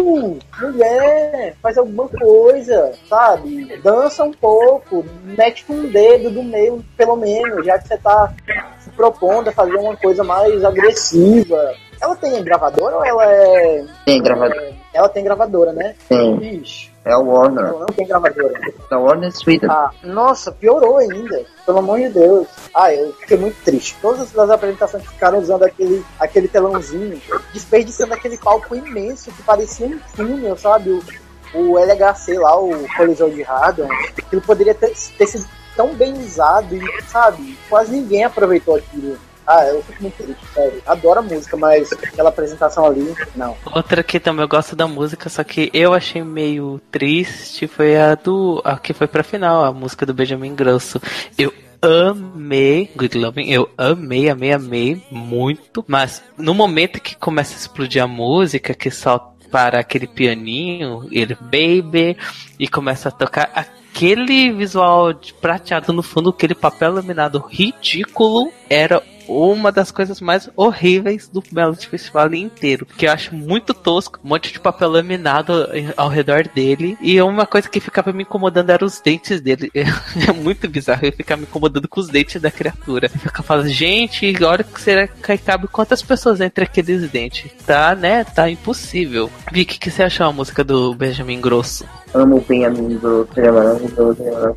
Mulher, faz alguma coisa, sabe? Dança um pouco, mete com um dedo do meio, pelo menos, já que você tá se propondo a fazer uma coisa mais agressiva. Ela tem gravadora ou ela é... Tem gravadora. Ela tem gravadora, né? Tem. Ixi. É o Warner. Não tem gravadora. Da Warner Sweden. Nossa, piorou ainda. Pelo amor de Deus. Eu fiquei muito triste. Todas as apresentações ficaram usando aquele telãozinho, desperdiçando aquele palco imenso que parecia um túnel, sabe? O LHC lá, o Coliseu de Hardware, aquilo poderia ter sido tão bem usado e, sabe, quase ninguém aproveitou aquilo. Eu fico muito triste, sério. Adoro a música, mas aquela apresentação ali, não. Outra que também eu gosto da música, só que eu achei meio triste, foi a que foi pra final, a música do Benjamin Ingrosso. Eu amei Good Loving, eu amei muito, mas no momento que começa a explodir a música, que só para aquele pianinho, ele Baby, e começa a tocar aquele visual de prateado no fundo, aquele papel laminado ridículo, era uma das coisas mais horríveis do Melody Festival inteiro, que eu acho muito tosco, um monte de papel laminado ao redor dele, e uma coisa que ficava me incomodando eram os dentes dele. É muito bizarro, eu ficava me incomodando com os dentes da criatura. Eu ficava falando, gente, olha que será que cabe quantas pessoas entre aqueles dentes? Tá, né? Tá impossível. Vicky, o que você achou a música do Benjamin Grosso? Amo o Benjamin Grosso, é maravilhoso.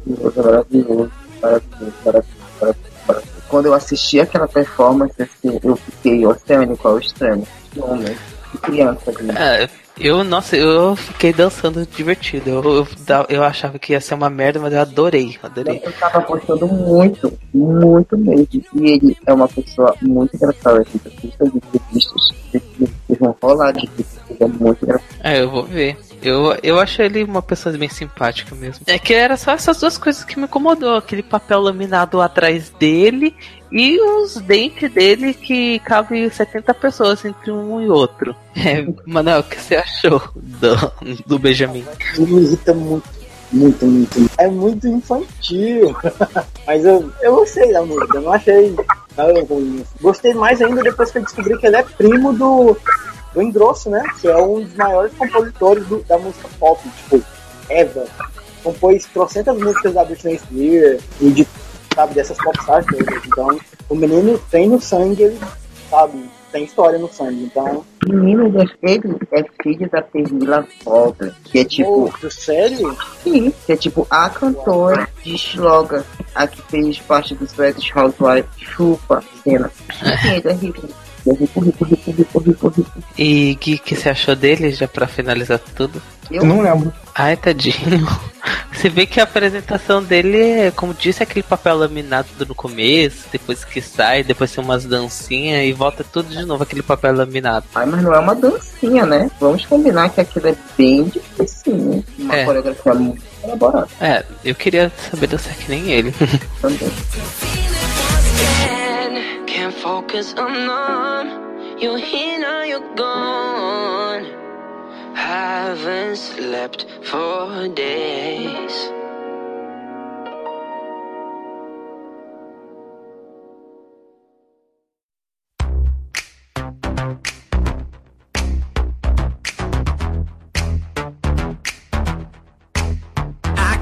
Quando eu assisti aquela performance, assim, eu fiquei oceânico ao extremo. Que homem, que criança. Eu fiquei dançando divertido. Eu achava que ia ser uma merda, mas eu adorei. Eu tava gostando muito mesmo. E ele é uma pessoa muito engraçada. Assim, assista de entrevistas, vocês vão falar de que ele é muito engraçado. Eu vou ver. Eu acho ele uma pessoa bem simpática mesmo. É que era só essas duas coisas que me incomodou. Aquele papel laminado atrás dele e os dentes dele que cabem 70 pessoas entre um e outro. Manoel, o que você achou do Benjamin? Me irrita muito. É muito infantil. Mas eu gostei da música. Eu não achei tão ruim. Gostei mais ainda depois que eu descobri que ele é primo do Ingrosso, né? Que é um dos maiores compositores da música pop, tipo, Eva. Compôs trocentas músicas da Britney Spears e dessas popstars todas. Então, o menino tem no sangue, ele, sabe, tem história no sangue. Então, menino, ele é filho da Pernilla Potter, que é tipo... sério? Sim, que é tipo a cantora de slogan, a que fez parte dos Swedish Housewives, chupa, cena. É rico. E Gui, o que você achou dele, já pra finalizar tudo? Eu não lembro. Ai, tadinho. Você vê que a apresentação dele é, como disse, aquele papel laminado no começo, depois que sai, depois tem umas dancinhas e volta tudo de novo aquele papel laminado. Ai, mas não é uma dancinha, né? Vamos combinar que aquilo é bem difícil, uma coreografia muito elaborada. Eu queria saber dançar que nem ele. Também. Can't focus, I'm numb. You're here now, you're gone. Haven't slept for days.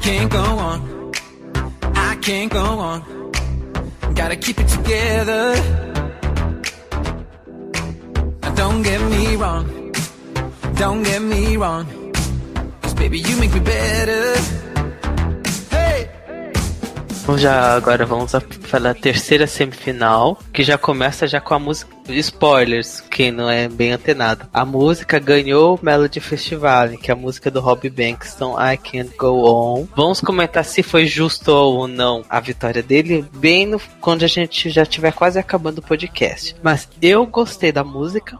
can't go on. I can't go on. Gotta keep it together. Don't get me wrong. Don't get me wrong. 'Cause baby, you make me better. Hey! Agora vamos para a terceira semifinal, que já começa já com a música. Spoilers, quem não é bem antenado. A música ganhou o Melody Festival, que é a música do Robbie Bankston, I Can't Go On. Vamos comentar se foi justo ou não a vitória dele, quando a gente já estiver quase acabando o podcast. Mas eu gostei da música,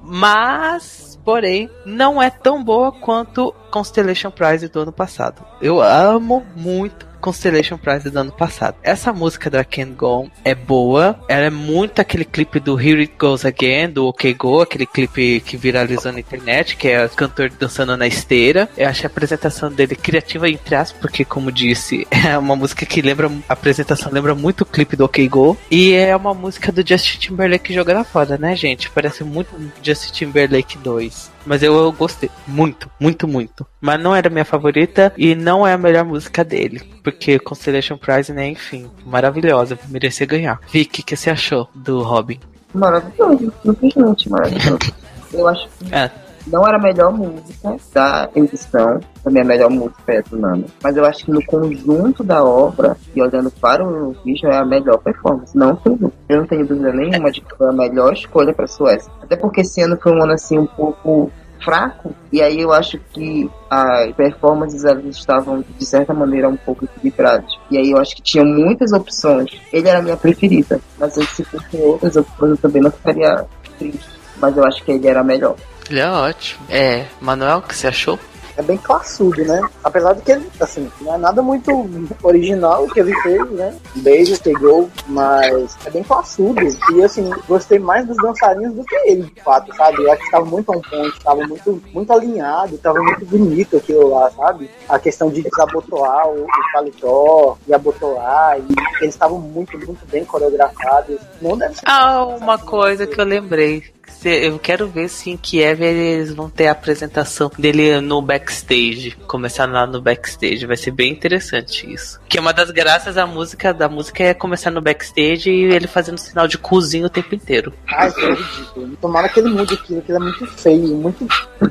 porém, não é tão boa quanto Constellation Prize do ano passado. Eu amo muito Constellation Prize do ano passado. Essa música da Can't Go On é boa. Ela é muito aquele clipe do Here It Goes Again, do OK Go, aquele clipe que viralizou na internet, que é o cantor dançando na esteira. Eu achei a apresentação dele criativa, entre aspas, porque, como disse, é uma música que a apresentação lembra muito o clipe do OK Go. E é uma música do Justin Timberlake jogando fora, né, gente? Parece muito Justin Timberlake 2. Mas eu gostei muito, muito, muito. Mas não era a minha favorita e não é a melhor música dele. Porque Constellation Prize, né, enfim, maravilhosa, merecia ganhar. Vicky, o que você achou do Robin? Maravilhoso, simplesmente maravilhoso. Eu acho que não era a melhor música da edição, também a melhor música é do Nano. Mas eu acho que no conjunto da obra, e olhando para o Eurovision, é a melhor performance. Não tudo. Eu não tenho dúvida nenhuma de que foi a melhor escolha para a Suécia. Até porque esse ano foi um ano assim um pouco fraco, e aí eu acho que as performances elas estavam de certa maneira um pouco equilibradas, e aí eu acho que tinha muitas opções. Ele era a minha preferida, mas se fossem outras opções eu também não ficaria triste, mas eu acho que ele era a melhor. Ele é ótimo. Manuel, o que você achou? É bem classudo, né? Apesar de que ele, assim, não é nada muito original o que ele fez, né? Beijo, pegou, mas é bem classudo. E, assim, gostei mais dos dançarinos do que ele, de fato, sabe? Eu acho que estava muito on point, estava muito, muito alinhado, estava muito bonito aquilo lá, sabe? A questão de desabotoar o paletó e abotoar, e eles estavam muito, muito bem coreografados. Não deve ser. Uma coisa que eu lembrei. Eu quero ver se em Kiev eles vão ter a apresentação dele no backstage. Começar lá no backstage. Vai ser bem interessante isso. Que uma das graças da música é começar no backstage e ele fazendo sinal de cozinha o tempo inteiro. Isso é ridículo. Tomara que ele mude aquilo é muito feio, muito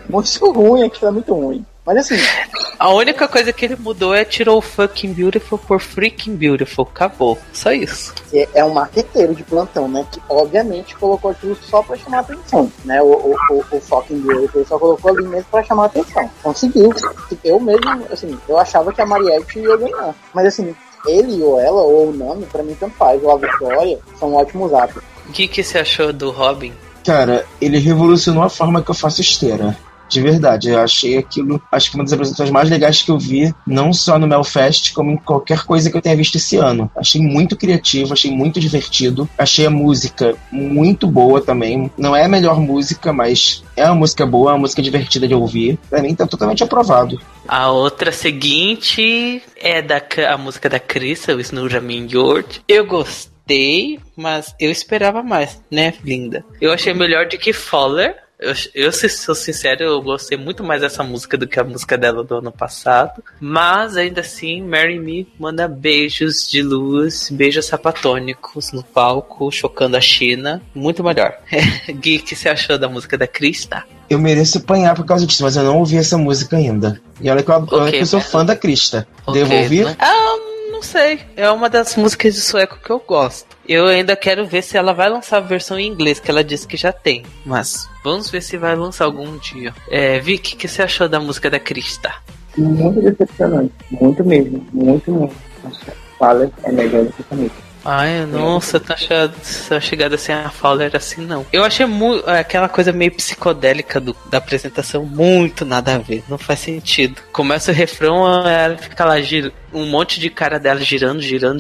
ruim, aquilo é muito ruim. Mas assim, a única coisa que ele mudou tirou o fucking beautiful por freaking beautiful. Acabou. Só isso. É um marqueteiro de plantão, né? Que obviamente colocou aquilo só pra chamar atenção, né? O fucking beautiful ele só colocou ali mesmo pra chamar atenção. Conseguiu. Eu mesmo, assim, eu achava que a Mariette ia ganhar. Mas assim, ele ou ela ou o Nano, pra mim tanto faz. Ou a Vitória, são ótimos atos. O que você achou do Robin? Cara, ele revolucionou a forma que eu faço esteira. De verdade, eu achei aquilo, acho que uma das apresentações mais legais que eu vi, não só no Melfest, como em qualquer coisa que eu tenha visto esse ano. Achei muito criativo, achei muito divertido, achei a música muito boa também. Não é a melhor música, mas é uma música boa, é uma música divertida de ouvir. Pra mim tá totalmente aprovado. A outra seguinte é a música da Krista, o Snurra Min Jord. Eu gostei, mas eu esperava mais, né, linda? Eu achei melhor do que Faller. Eu, se sou sincero, eu gostei muito mais dessa música do que a música dela do ano passado. Mas, ainda assim, Marry Me manda beijos de luz, beijos sapatônicos no palco, chocando a China. Muito melhor. Gui, o que você achou da música da Krista? Eu mereço apanhar por causa disso, mas eu não ouvi essa música ainda. E olha que eu sou fã da Krista. Devo ouvir? Não sei. É uma das músicas de sueco que eu gosto. Eu ainda quero ver se ela vai lançar a versão em inglês, que ela disse que já tem. Mas vamos ver se vai lançar algum dia. Vicky, o que você achou da música da Krista? Muito decepcionante. Muito mesmo. Muito, muito. Acho que a Fala é melhor do que a música. Ai, nossa, tá chegada sem a Fowler assim, não. Eu achei aquela coisa meio psicodélica da apresentação muito nada a ver. Não faz sentido. Começa o refrão, ela fica lá, um monte de cara dela girando.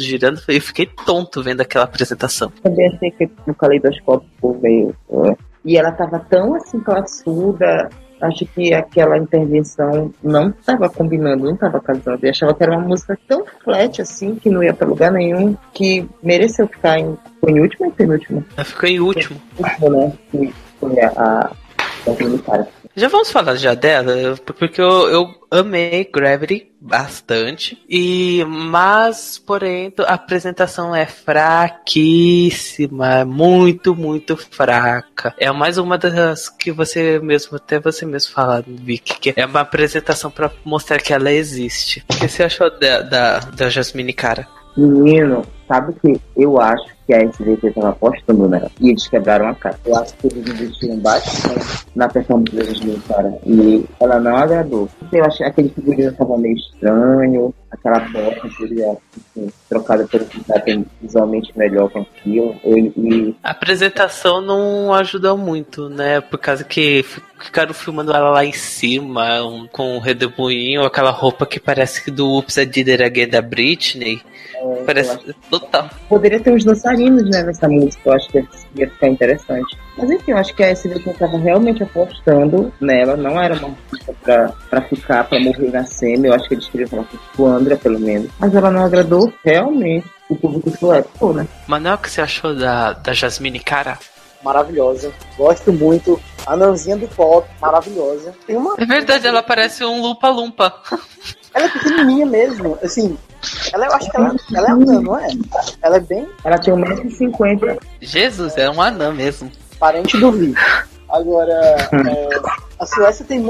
Eu fiquei tonto vendo aquela apresentação. Também achei que no Caleidoscópio veio. E ela tava tão assim, classuda. Acho que aquela intervenção não estava combinando, não estava casando. Eu achava que era uma música tão flat assim, que não ia pra lugar nenhum, que mereceu ficar em último ou penúltimo? Ela ficou em último. Último, né? Que foi a militar. Já vamos falar já dela, porque eu amei Gravity bastante, mas porém a apresentação é fraquíssima, muito, muito fraca. É mais uma das que você mesmo fala, Vicky, que é uma apresentação pra mostrar que ela existe. O que você achou da Jasmine Cara? Menino, sabe que eu acho que a SBT estava apostando nela e eles quebraram a cara. Eu acho que eles investiram bastante na personagem do cara e ela não agradou. Eu achei aquele figurino estava meio estranho, aquela porta seria trocada por um que visualmente melhor com aquilo. A apresentação não ajudou muito, né? Por causa que ficaram filmando ela lá em cima, com um redemoinho, aquela roupa que parece do Oops, I Did It Again da Britney. Parece total. Poderia ter uns dançarinos, né, nessa música. Eu acho que ia ficar interessante. Mas enfim, eu acho que a SBT estava realmente apostando nela. Não era uma música pra ficar, pra morrer na semi. Eu acho que eles queriam falar com o André, pelo menos. Mas ela não agradou realmente o público sueco, né? Manuel, o que você achou da Jasmine Cara? Maravilhosa. Gosto muito. A Nanzinha do pop, maravilhosa. É verdade, ela parece um Lumpa-Lumpa. Ela é pequenininha mesmo, assim. Eu acho que ela é anã, não é? Ela é bem... Ela tem 1,50 m. Jesus, é um anã mesmo. Parente do Rio. Agora, a Suécia tem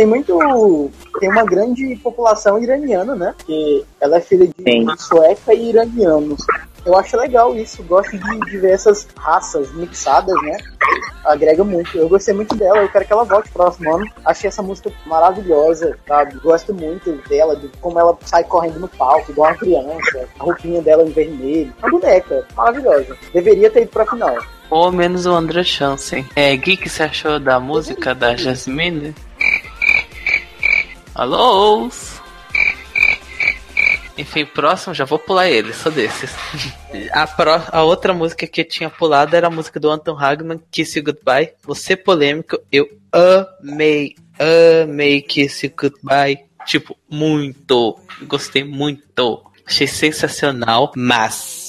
uma grande população iraniana, né? Porque ela é filha de sueca e iraniano. Eu acho legal isso, gosto de ver essas raças mixadas, né? Agrega muito. Eu gostei muito dela, eu quero que ela volte próximo ano. Achei essa música maravilhosa, sabe? Gosto muito dela, de como ela sai correndo no palco, igual uma criança. A roupinha dela em vermelho. Uma boneca, maravilhosa. Deveria ter ido pra final. Ou menos o André Chansen. Gui, o que você achou da música da Jasmine? Alô? Enfim, próximo, já vou pular ele, só desses. A outra música que eu tinha pulado era a música do Anton Hagman, Kiss You Goodbye. Você polêmico, eu amei Kiss You Goodbye. Tipo, muito. Gostei muito. Achei sensacional, mas...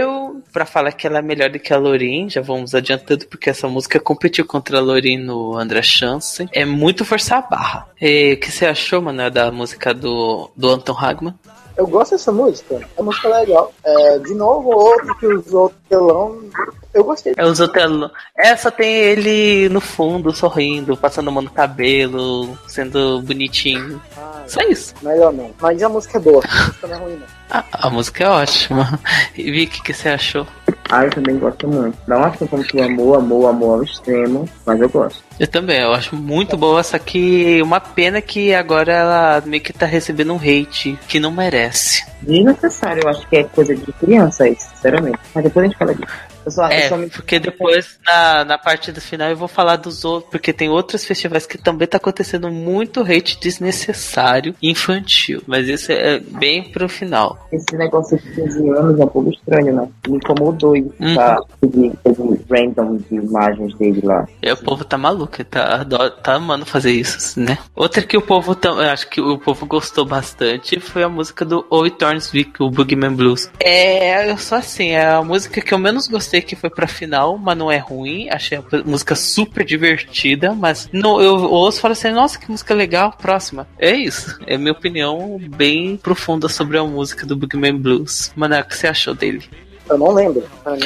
pra falar que ela é melhor do que a Loreen, já vamos adiantando, porque essa música competiu contra a Loreen no André Chansen. É muito forçar a barra. O que você achou, mano, da música do Anton Hagman? Eu gosto dessa música, é uma música legal. De novo, outro que usou telão, eu gostei. Usou telão. Essa tem ele no fundo, sorrindo, passando a mão no cabelo, sendo bonitinho. Só isso. Melhor não. Mas a música é boa, a música não é ruim, não. A música é ótima. E Vicky, o que você achou? Eu também gosto muito. Não acho como tu amou ao extremo, mas eu gosto. Eu também, eu acho muito boa, só que uma pena que agora ela meio que tá recebendo um hate que não merece. Desnecessário, eu acho que é coisa de criança isso, sinceramente. Mas depois a gente fala disso. Porque depois na parte do final eu vou falar dos outros, porque tem outros festivais que também tá acontecendo muito hate desnecessário infantil, mas isso é bem pro final. Esse negócio de 15 anos é um pouco estranho, né? Me incomodou isso, tá? Teve random de imagens dele lá. O povo tá maluco, tá amando fazer isso, né? Outra que acho que o povo gostou bastante foi a música do Oi Thornsvik, o Boogeyman Blues. Eu só assim, é a música que eu menos gostei que foi pra final, mas não é ruim. Achei a música super divertida, mas não, eu ouço e falo assim, nossa, que música legal, próxima. É isso, é minha opinião bem profunda sobre a música do Boogeyman Blues. Mano, o que você achou dele? Eu não lembro.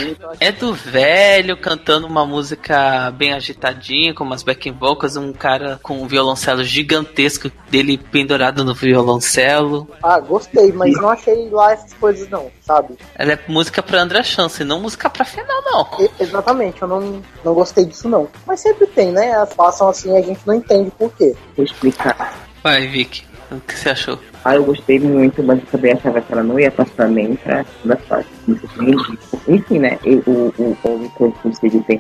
É do velho cantando uma música bem agitadinha, com umas backing vocals, um cara com um violoncelo gigantesco dele pendurado no violoncelo. Gostei, mas não achei lá essas coisas não, sabe? Ela é música pra André Chance, não música pra final, não. Exatamente, eu não gostei disso não. Mas sempre tem, né? Elas passam assim e a gente não entende por quê. Vou explicar. Vai, Vicky, o que você achou? Eu gostei muito, mas eu também achava que ela não ia passar nem pra segunda fase. Enfim, né? O homem que eu consegui tem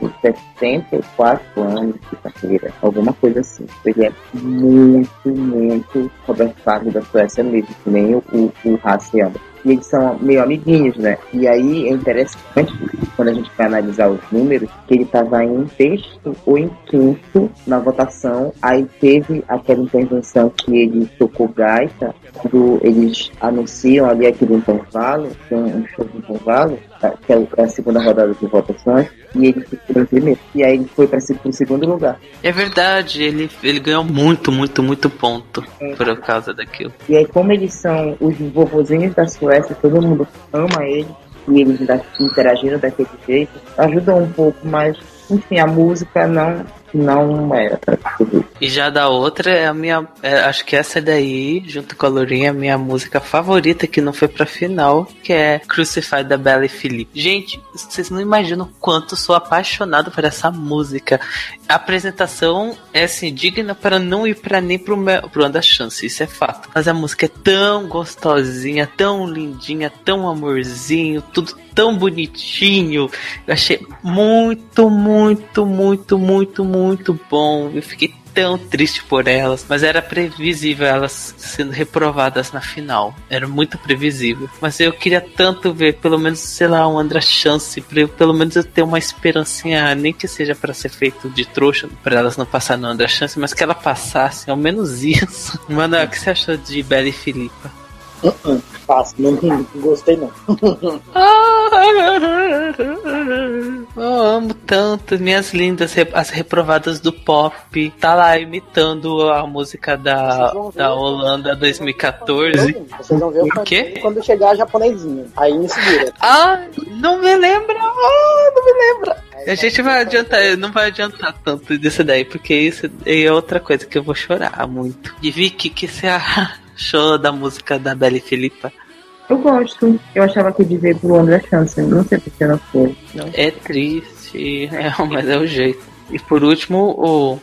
74 anos de carreira, alguma coisa assim. Ele é muito, muito Roberto Carlos da Suécia mesmo, que nem o Hacienda. E eles são meio amiguinhos, né? E aí é interessante, quando a gente vai analisar os números, que ele estava em sexto ou em quinto na votação. Aí teve aquela intervenção que ele tocou gaita, quando eles anunciam ali aquele intervalo, tem um show de intervalo, que é a segunda rodada de votações, e ele ficou em primeiro. E aí ele foi para o segundo lugar. É verdade, ele ganhou muito ponto por causa daquilo. E aí, como eles são os vovozinhos da Suécia, todo mundo ama eles, e eles interagindo daquele jeito, ajudou um pouco, mas, enfim, a música não era pra tudo. E já da outra é a minha. Acho que essa daí, junto com a Lourinha, é a minha música favorita que não foi pra final, que é Crucified da Bella e Felipe. Gente, vocês não imaginam o quanto sou apaixonado por essa música. A apresentação é assim, digna para não ir pra nem pro Anda Chance, isso é fato. Mas a música é tão gostosinha, tão lindinha, tão amorzinho, tudo tão bonitinho. Eu achei muito bom. Eu fiquei tão triste por elas, mas era previsível elas sendo reprovadas na final. Era muito previsível. Mas eu queria tanto ver, pelo menos, sei lá, uma outra chance, pra pelo menos eu ter uma esperancinha, nem que seja pra ser feito de trouxa, pra elas não passarem na outra chance, mas que ela passasse, ao menos isso. Mano, o que você achou de Bella e Filipa? Fácil, não gostei não. Eu amo tanto, minhas lindas, as reprovadas do pop. Tá lá imitando a música da Holanda 2014. Vocês vão ver o quê? Quando chegar a japonesinha. Aí me segura. Não me lembra. Não me lembra. A gente vai adiantar, não vai adiantar tanto disso daí, porque isso é outra coisa que eu vou chorar muito. E Vicky, que você achou da música da Bella e Filipa? Eu gosto. Eu achava que devia ir pro André Chance. Não sei porque não foi. Não. É triste, mas é o jeito. E por último, o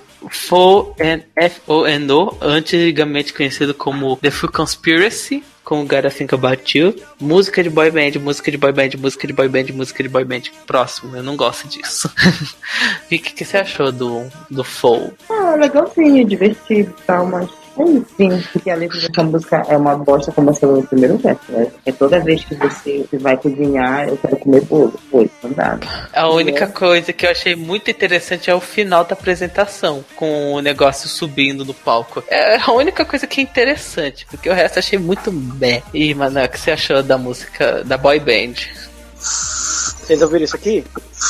FONO, antigamente conhecido como The Full Conspiracy, com o Gotta Think About You. Música de boy band, música de boy band, música de boy band, música de boy band. Próximo, eu não gosto disso. E o que você achou do FOL? Legalzinho, divertido e tal, mas sim, porque a letra dessa música é uma bosta começando no primeiro verso, né? É toda vez que você vai cozinhar, eu quero comer bolo. Foi, não dá. A única coisa que eu achei muito interessante é o final da apresentação, com o negócio subindo no palco. É a única coisa que é interessante, porque o resto eu achei muito bem. E, mano, o que você achou da música da boy band? Vocês ouviram isso aqui?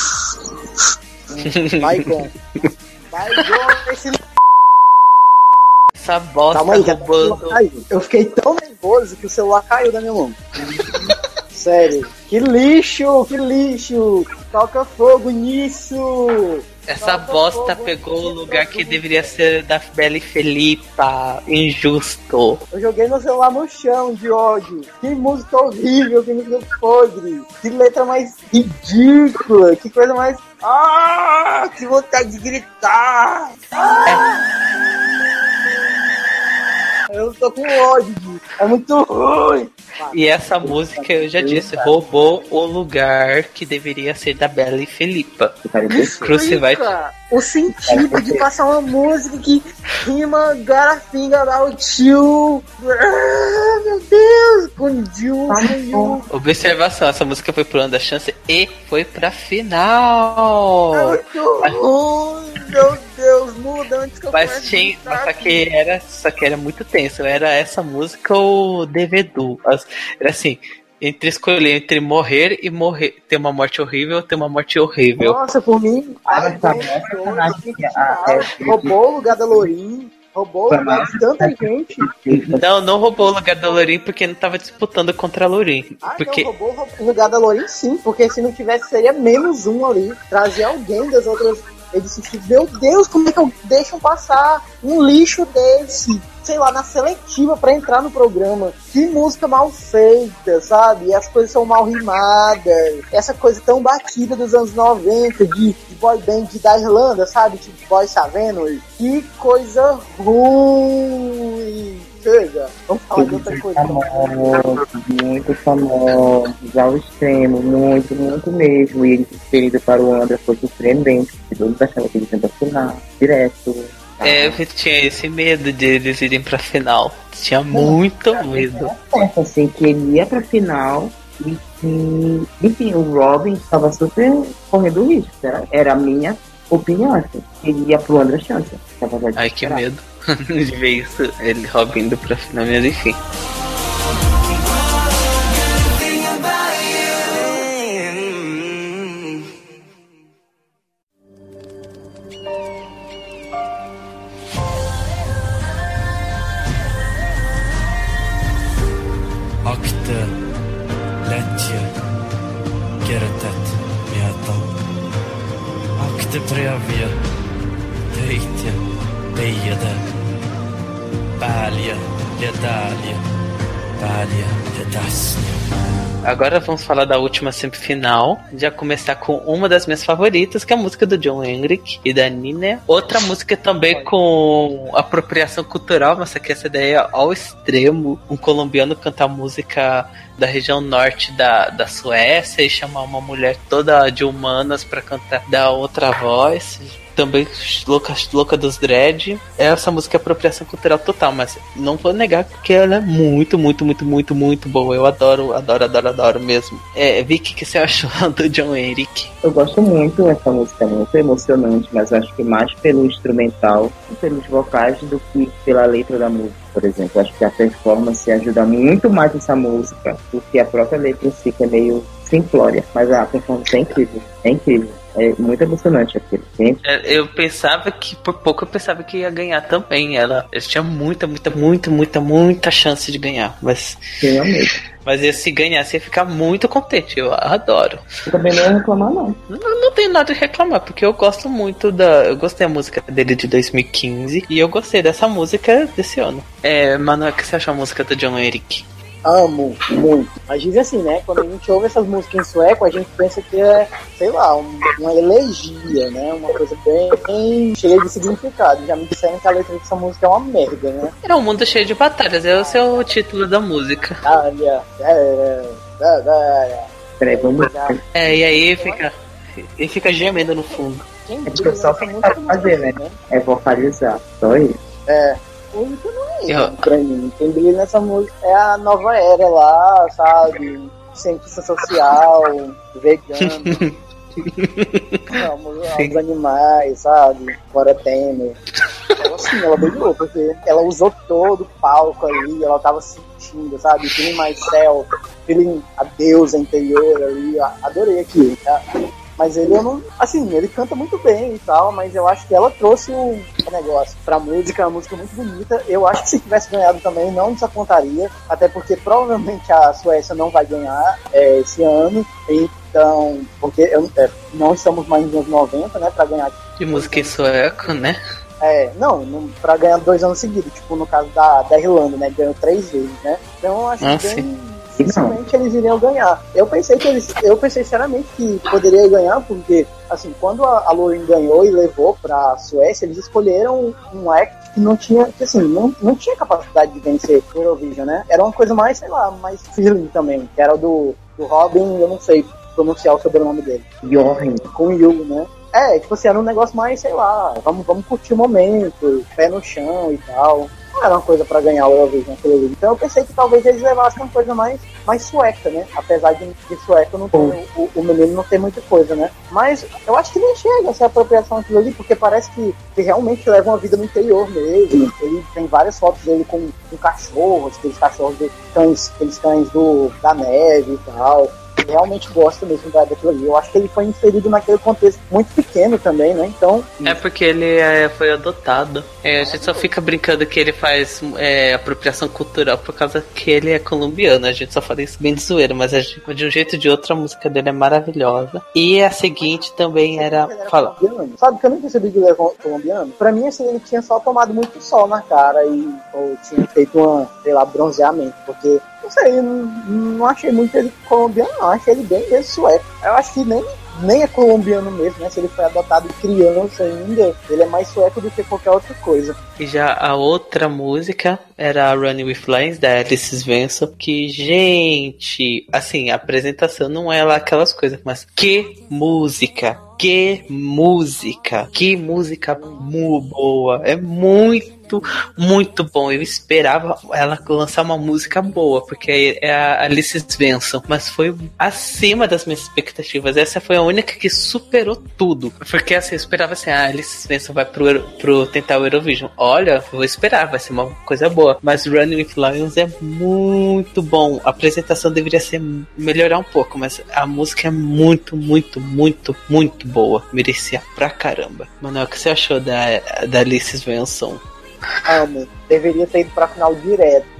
Vai com esse... Essa bosta. Calma aí, eu fiquei tão nervoso que o celular caiu da minha mão. Sério. Que lixo! Toca fogo nisso! Essa bosta pegou o lugar que deveria ser da Bella e Felipa. Injusto. Eu joguei meu celular no chão de ódio. Que música horrível, que música podre. Que letra mais ridícula. Que coisa mais... que vontade de gritar. Eu tô com ódio disso. É muito ruim. E essa música, eu já disse, roubou o lugar que deveria ser da Bella e Felipa. Crucified. O sentido de passar uma música que rima Gotta Think About You. Meu Deus, com You. Observação, essa música foi pro Ano da Chance e foi pra final. Meu Deus, muda antes que eu só que era muito tenso. Era essa música ou Devedu. Era assim, escolher entre morrer e ter uma morte horrível ou ter uma morte horrível. Nossa, por mim, roubou o lugar da Lourinho. Roubou o lugar de tanta gente. Não roubou o lugar da Lourinho porque não tava disputando contra a Lourinho. Não, roubou o lugar da Lourinho sim, porque se não tivesse seria menos um ali. Trazer alguém das outras edições. Meu Deus, como é que eu deixo passar um lixo desse? Sei lá, na seletiva pra entrar no programa. Que música mal feita, sabe? E as coisas são mal rimadas. Essa coisa tão batida dos anos 90 de boy band da Irlanda, sabe? Tipo Boy Savenor. Que coisa ruim. Chega, vamos falar de outra coisa. Muito famoso, ao extremo, muito mesmo. E ele ter ido para o André foi surpreendente, porque todos achavam que ele ia pra final, direto. Eu tinha esse medo de eles irem pra final. Tinha muito medo. Assim, que ele ia pra final e que, enfim, o Robin estava super correndo risco. Era a minha opinião, assim. Ele ia pro André Chance. Ai, que medo de ver isso, ele Robin indo pra final, mas enfim. Te previa, Deitia, Deiada, Pália, Ledália, Pália, Ledásnia. Agora vamos falar da última semifinal. Já começar com uma das minhas favoritas, que é a música do John Henrik e da Nina. Outra música também com apropriação cultural, mas aqui essa ideia ao extremo. Um colombiano cantar música da região norte da Suécia e chamar uma mulher toda de humanas pra cantar da outra voz. Também louca dos dread. Essa música é apropriação cultural total, mas não vou negar que ela é muito, muito, muito, muito, muito boa. Eu adoro mesmo. Vicky, o que você achou do John Henrik? Eu gosto muito dessa música, muito emocionante, mas acho que mais pelo instrumental e pelos vocais do que pela letra da música, por exemplo. Acho que a performance ajuda muito mais essa música do que a própria letra em si, que é meio simplória. Mas a performance é incrível, é incrível. É muito emocionante aquilo. Eu pensava que, por pouco, eu pensava que ia ganhar também. Ela tinha muita chance de ganhar. Mas se ganhasse, ia ficar muito contente. Eu adoro. Eu também não ia reclamar, não. Não tenho nada de reclamar, porque eu gosto muito eu gostei da música dele de 2015 e eu gostei dessa música desse ano. Manoel, o que você achou a música do John Henrik? Amo muito. Mas diz assim, né? Quando a gente ouve essas músicas em sueco, a gente pensa que é, sei lá, uma elegia, né? Uma coisa bem cheia de significado. Já me disseram que a letra dessa música é uma merda, né? É um mundo cheio de batalhas, esse é o título da música. Peraí, vamos. E aí fica gemendo no fundo. É porque só quem sabe fazer, né? É vocalizar, só isso. O único não é pra mim. Quem brilha nessa música é a nova era lá, sabe? Cientista social, vegano. Os animais, sabe? Fora Temer. Então, assim, ela brilhou, porque ela usou todo o palco ali, ela tava sentindo, sabe? Feeling myself, feeling a deusa interior ali. Adorei aquilo, tá? Mas ele assim, ele canta muito bem e tal, mas eu acho que ela trouxe o negócio pra música, uma música muito bonita. Eu acho que se tivesse ganhado também não desapontaria, até porque provavelmente a Suécia não vai ganhar esse ano, então, porque não estamos mais nos anos 90, né, pra ganhar. De música em sueco, né? Não, pra ganhar 2 anos seguidos, tipo no caso da Irlanda, né, ganhou 3 vezes, né, então eu acho dificilmente eles iriam ganhar. Eu pensei sinceramente que poderia ganhar, porque assim, quando a Loreen ganhou e levou pra Suécia, eles escolheram um act que não tinha, que assim, não tinha capacidade de vencer o Eurovision, né? Era uma coisa mais, sei lá, mais feeling também, que era o do Robin, eu não sei pronunciar o sobrenome dele. Jochen. Com o Yu, né? Tipo assim, era um negócio mais, sei lá, vamos curtir o momento, pé no chão e tal. Não era uma coisa pra ganhar o Eurovision. Então eu pensei que talvez eles levassem uma coisa mais sueca, né? Apesar de sueco não ter, o menino não ter muita coisa, né? Mas eu acho que nem chega essa apropriação aquilo ali, porque parece que realmente leva uma vida no interior mesmo. Ele tem várias fotos dele com cachorros, aqueles cachorros aqueles cães da neve e tal. Realmente gosta mesmo daquilo ali. Eu acho que ele foi inserido naquele contexto muito pequeno também, né? Então... É porque ele foi adotado. A gente só fica brincando que ele faz apropriação cultural por causa que ele é colombiano. A gente só fala isso bem de zoeira, mas de um jeito ou de outro a música dele é maravilhosa. E a seguinte também era... Fala. Sabe que eu nem percebi que ele era colombiano? Pra mim, assim, ele tinha só tomado muito sol na cara ou tinha feito bronzeamento, porque... Não sei, não achei muito ele colombiano, não. Achei ele bem mesmo sueco. Eu acho que nem é colombiano mesmo, né? Se ele foi adotado criança ainda, ele é mais sueco do que qualquer outra coisa. E já a outra música era Running with Flames, da Alice Svensson, que, gente, assim, a apresentação não é lá aquelas coisas, mas que música boa, é muito bom. Eu esperava ela lançar uma música boa, porque é a Alice Svensson, mas foi acima das minhas expectativas. Essa foi a única que superou tudo, porque assim, eu esperava assim, a Alice Svensson vai pro tentar o Eurovision. Olha, vou esperar, vai ser uma coisa boa, mas Running with Lions é muito bom. A apresentação deveria melhorar um pouco, mas a música é muito boa, merecia pra caramba. Manoel, o que você achou da Alice Svensson? Amo. Deveria ter ido pra final direto.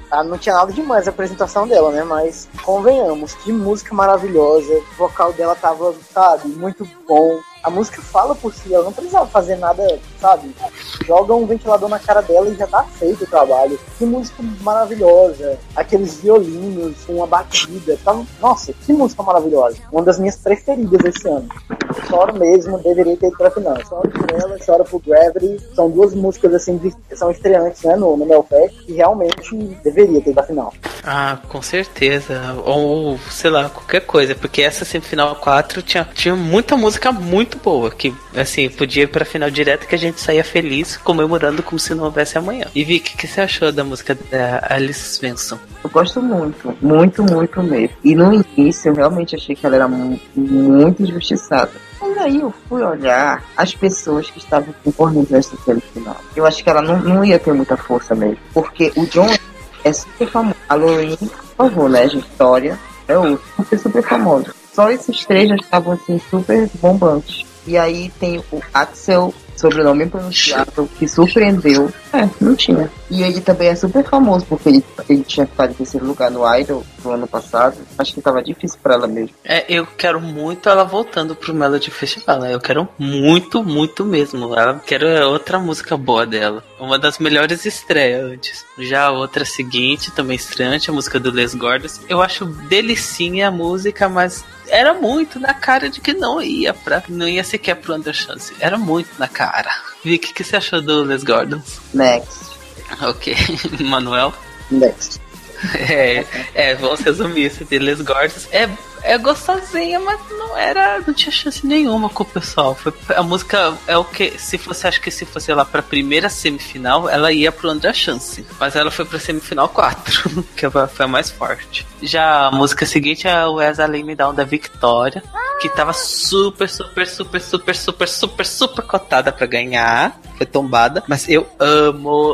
não tinha nada demais a apresentação dela, né? Mas convenhamos, que música maravilhosa. O vocal dela tava, sabe, muito bom. A música fala por si, ela não precisava fazer nada, sabe? Joga um ventilador na cara dela e já tá feito o trabalho. Que música maravilhosa. Aqueles violinos, uma batida. Tava... Nossa, que música maravilhosa. Uma das minhas preferidas esse ano. Choro mesmo, deveria ter ido pra final. Choro por ela, choro por Gravity. São duas músicas, assim, que são estreantes, né, no Melfest, e realmente deveria ter ido pra final. Ah, com certeza. Ou, sei lá, qualquer coisa. Porque essa semifinal 4 tinha muita música muito boa. Que, assim, podia ir pra final direto que a gente saía feliz, comemorando como se não houvesse amanhã. E Vicky, o que você achou da música da Alice Svensson? Eu gosto muito, muito, muito mesmo. E no início eu realmente achei que ela era muito injustiçada. Mas aí eu fui olhar as pessoas que estavam concorrendo nessa semifinal. Eu acho que ela não ia ter muita força mesmo. Porque o John é super famoso. A Lorraine, por favor, né, gente? Vitória é outro, super famoso. Só esses três já estavam assim super bombantes. E aí tem o Axel, sobrenome impronunciável, que surpreendeu. Não tinha. E ele também é super famoso, porque ele tinha ficado em terceiro lugar no Idol no ano passado. Acho que tava difícil pra ela mesmo. Eu quero muito ela voltando pro Melody Festival, né? Eu quero muito, muito mesmo. Eu quero outra música boa dela. Uma das melhores estreias antes. Já a outra seguinte, também estreante, a música do Les Gordas. Eu acho delicinha a música, mas era muito na cara de que não ia sequer pro Underchance. Era muito na cara. Vicky, o que você achou do Les Gordons? Next. Ok. Manuel? Next. Vamos resumir isso de Les Gordons. É gostosinha, mas não tinha chance nenhuma com o pessoal. A música é o que, acho que se fosse lá pra primeira semifinal, ela ia pro André Chance. Mas ela foi pra semifinal 4, que foi a mais forte. Já a música seguinte é o As I Lay Me Down da Victoria, que tava super cotada pra ganhar. Foi tombada, mas eu amo.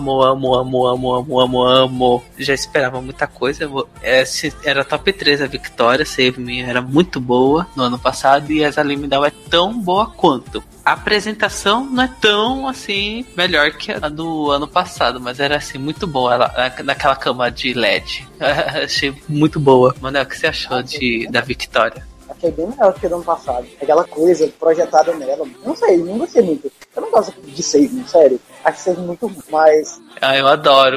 Já esperava muita coisa. Era top 3 a Victoria, Save Me era muito boa no ano passado, e As I Lay Me Down é tão boa quanto. A apresentação não é tão, assim, melhor que a do ano passado, mas era, assim, muito boa ela, naquela cama de LED. Achei muito boa. Manuel, o que você achou da Victoria? Achei bem melhor que o do ano passado. Aquela coisa projetada nela. Não sei, não gostei muito. Eu não gosto de Save Me, sério. Acho que Save Me muito ruim, mas... eu adoro.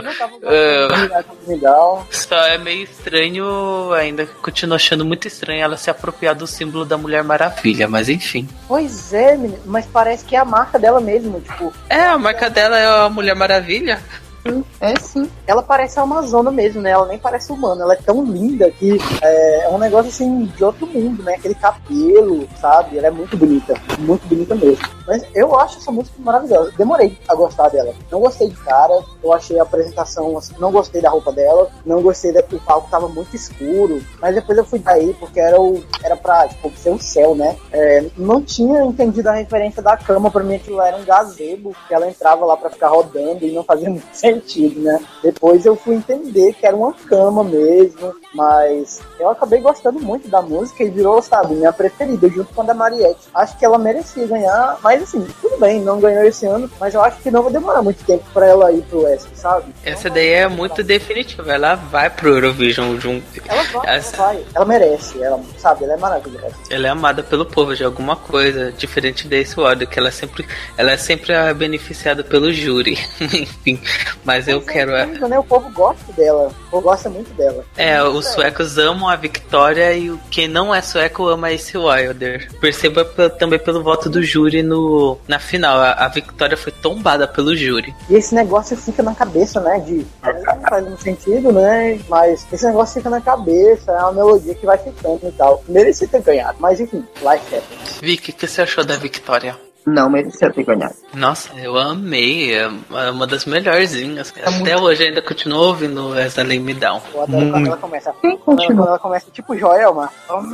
Legal. Só é meio estranho, ainda continuo achando muito estranho ela se apropriar do símbolo da Mulher Maravilha, mas enfim. Pois é, menino, mas parece que é a marca dela mesmo, tipo... A marca dela é a Mulher Maravilha. Sim. Ela parece a Amazona mesmo, né? Ela nem parece humana. Ela é tão linda que é um negócio assim de outro mundo, né? Aquele cabelo, sabe? Ela é muito bonita mesmo. Mas eu acho essa música maravilhosa. Demorei a gostar dela. Não gostei de cara. Eu achei a apresentação, assim, não gostei da roupa dela. Não gostei do palco, tava muito escuro. Mas depois eu fui daí porque era pra, tipo, ser o céu, né? Não tinha entendido a referência da cama. Pra mim aquilo era um gazebo, que ela entrava lá pra ficar rodando e não fazia muito sentido, né? Depois eu fui entender que era uma cama mesmo, mas eu acabei gostando muito da música e virou, sabe, minha preferida, junto com a da Mariette. Acho que ela merecia ganhar, mas assim, tudo bem, não ganhou esse ano, mas eu acho que não vai demorar muito tempo pra ela ir pro ESC, sabe? Essa daí é muito definitiva, ela vai pro Eurovision junto. Ela vai, ela merece, ela, sabe, ela é maravilhosa. Ela é amada pelo povo de alguma coisa, diferente desse Ward, que ela é sempre beneficiada pelo júri. Enfim, mas eu quero... O povo gosta dela, o povo gosta muito dela. Os suecos amam a Victoria e quem não é sueco ama esse Wilder. Perceba também pelo voto do júri na final. A Victoria foi tombada pelo júri. E esse negócio fica na cabeça, né? Não faz muito sentido, né? Mas esse negócio fica na cabeça, é uma melodia que vai ficando e tal. Merecia ter ganhado, mas enfim, life happens. Vicky, o que você achou da Victoria? Não merecia ter ganhado. Nossa, eu amei. É uma das melhorzinhas. Até hoje ainda continuo ouvindo As I Lay Me Down. Eu adoro quando ela começa. Quando ela começa tipo Joelma.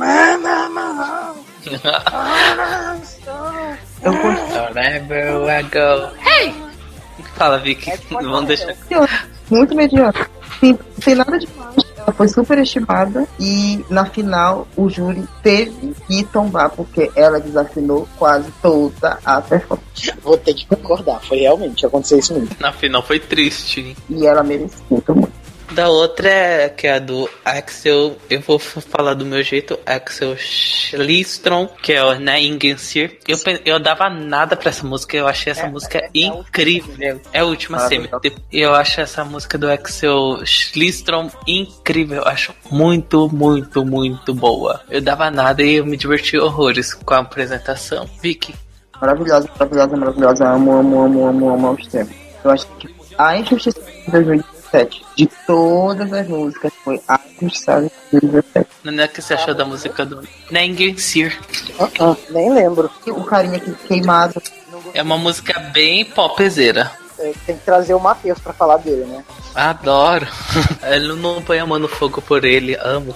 Wherever I go. Hey! Fala, Vicky. Vamos deixar. Muito mediano. Sem nada demais. Ela foi super estimada e na final o júri teve que tombar porque ela desafinou quase toda a performance. Vou ter que concordar, foi realmente, aconteceu isso mesmo. Na final foi triste. E ela merecia muito. Da outra que é a do Axel, eu vou falar do meu jeito, Axel Schliestrom, que é o Ingensir. Eu dava nada pra essa música, eu achei essa música incrível. É a última semi. Eu acho essa música do Axel Schliestrom incrível, eu acho muito, muito, muito boa. Eu dava nada e eu me diverti horrores com a apresentação. Vicky. Maravilhosa, maravilhosa, maravilhosa. Amo aos tempos. Eu acho que a Injustiça de 2017, de todas as músicas, foi a Injustiça de 2017. Não é que você achou da música do Ingensir? Nem lembro. O carinha aqui queimado. É uma música bem popzeira. Tem que trazer o Matheus pra falar dele, né? Adoro. Ele não põe a mão no fogo por ele, amo.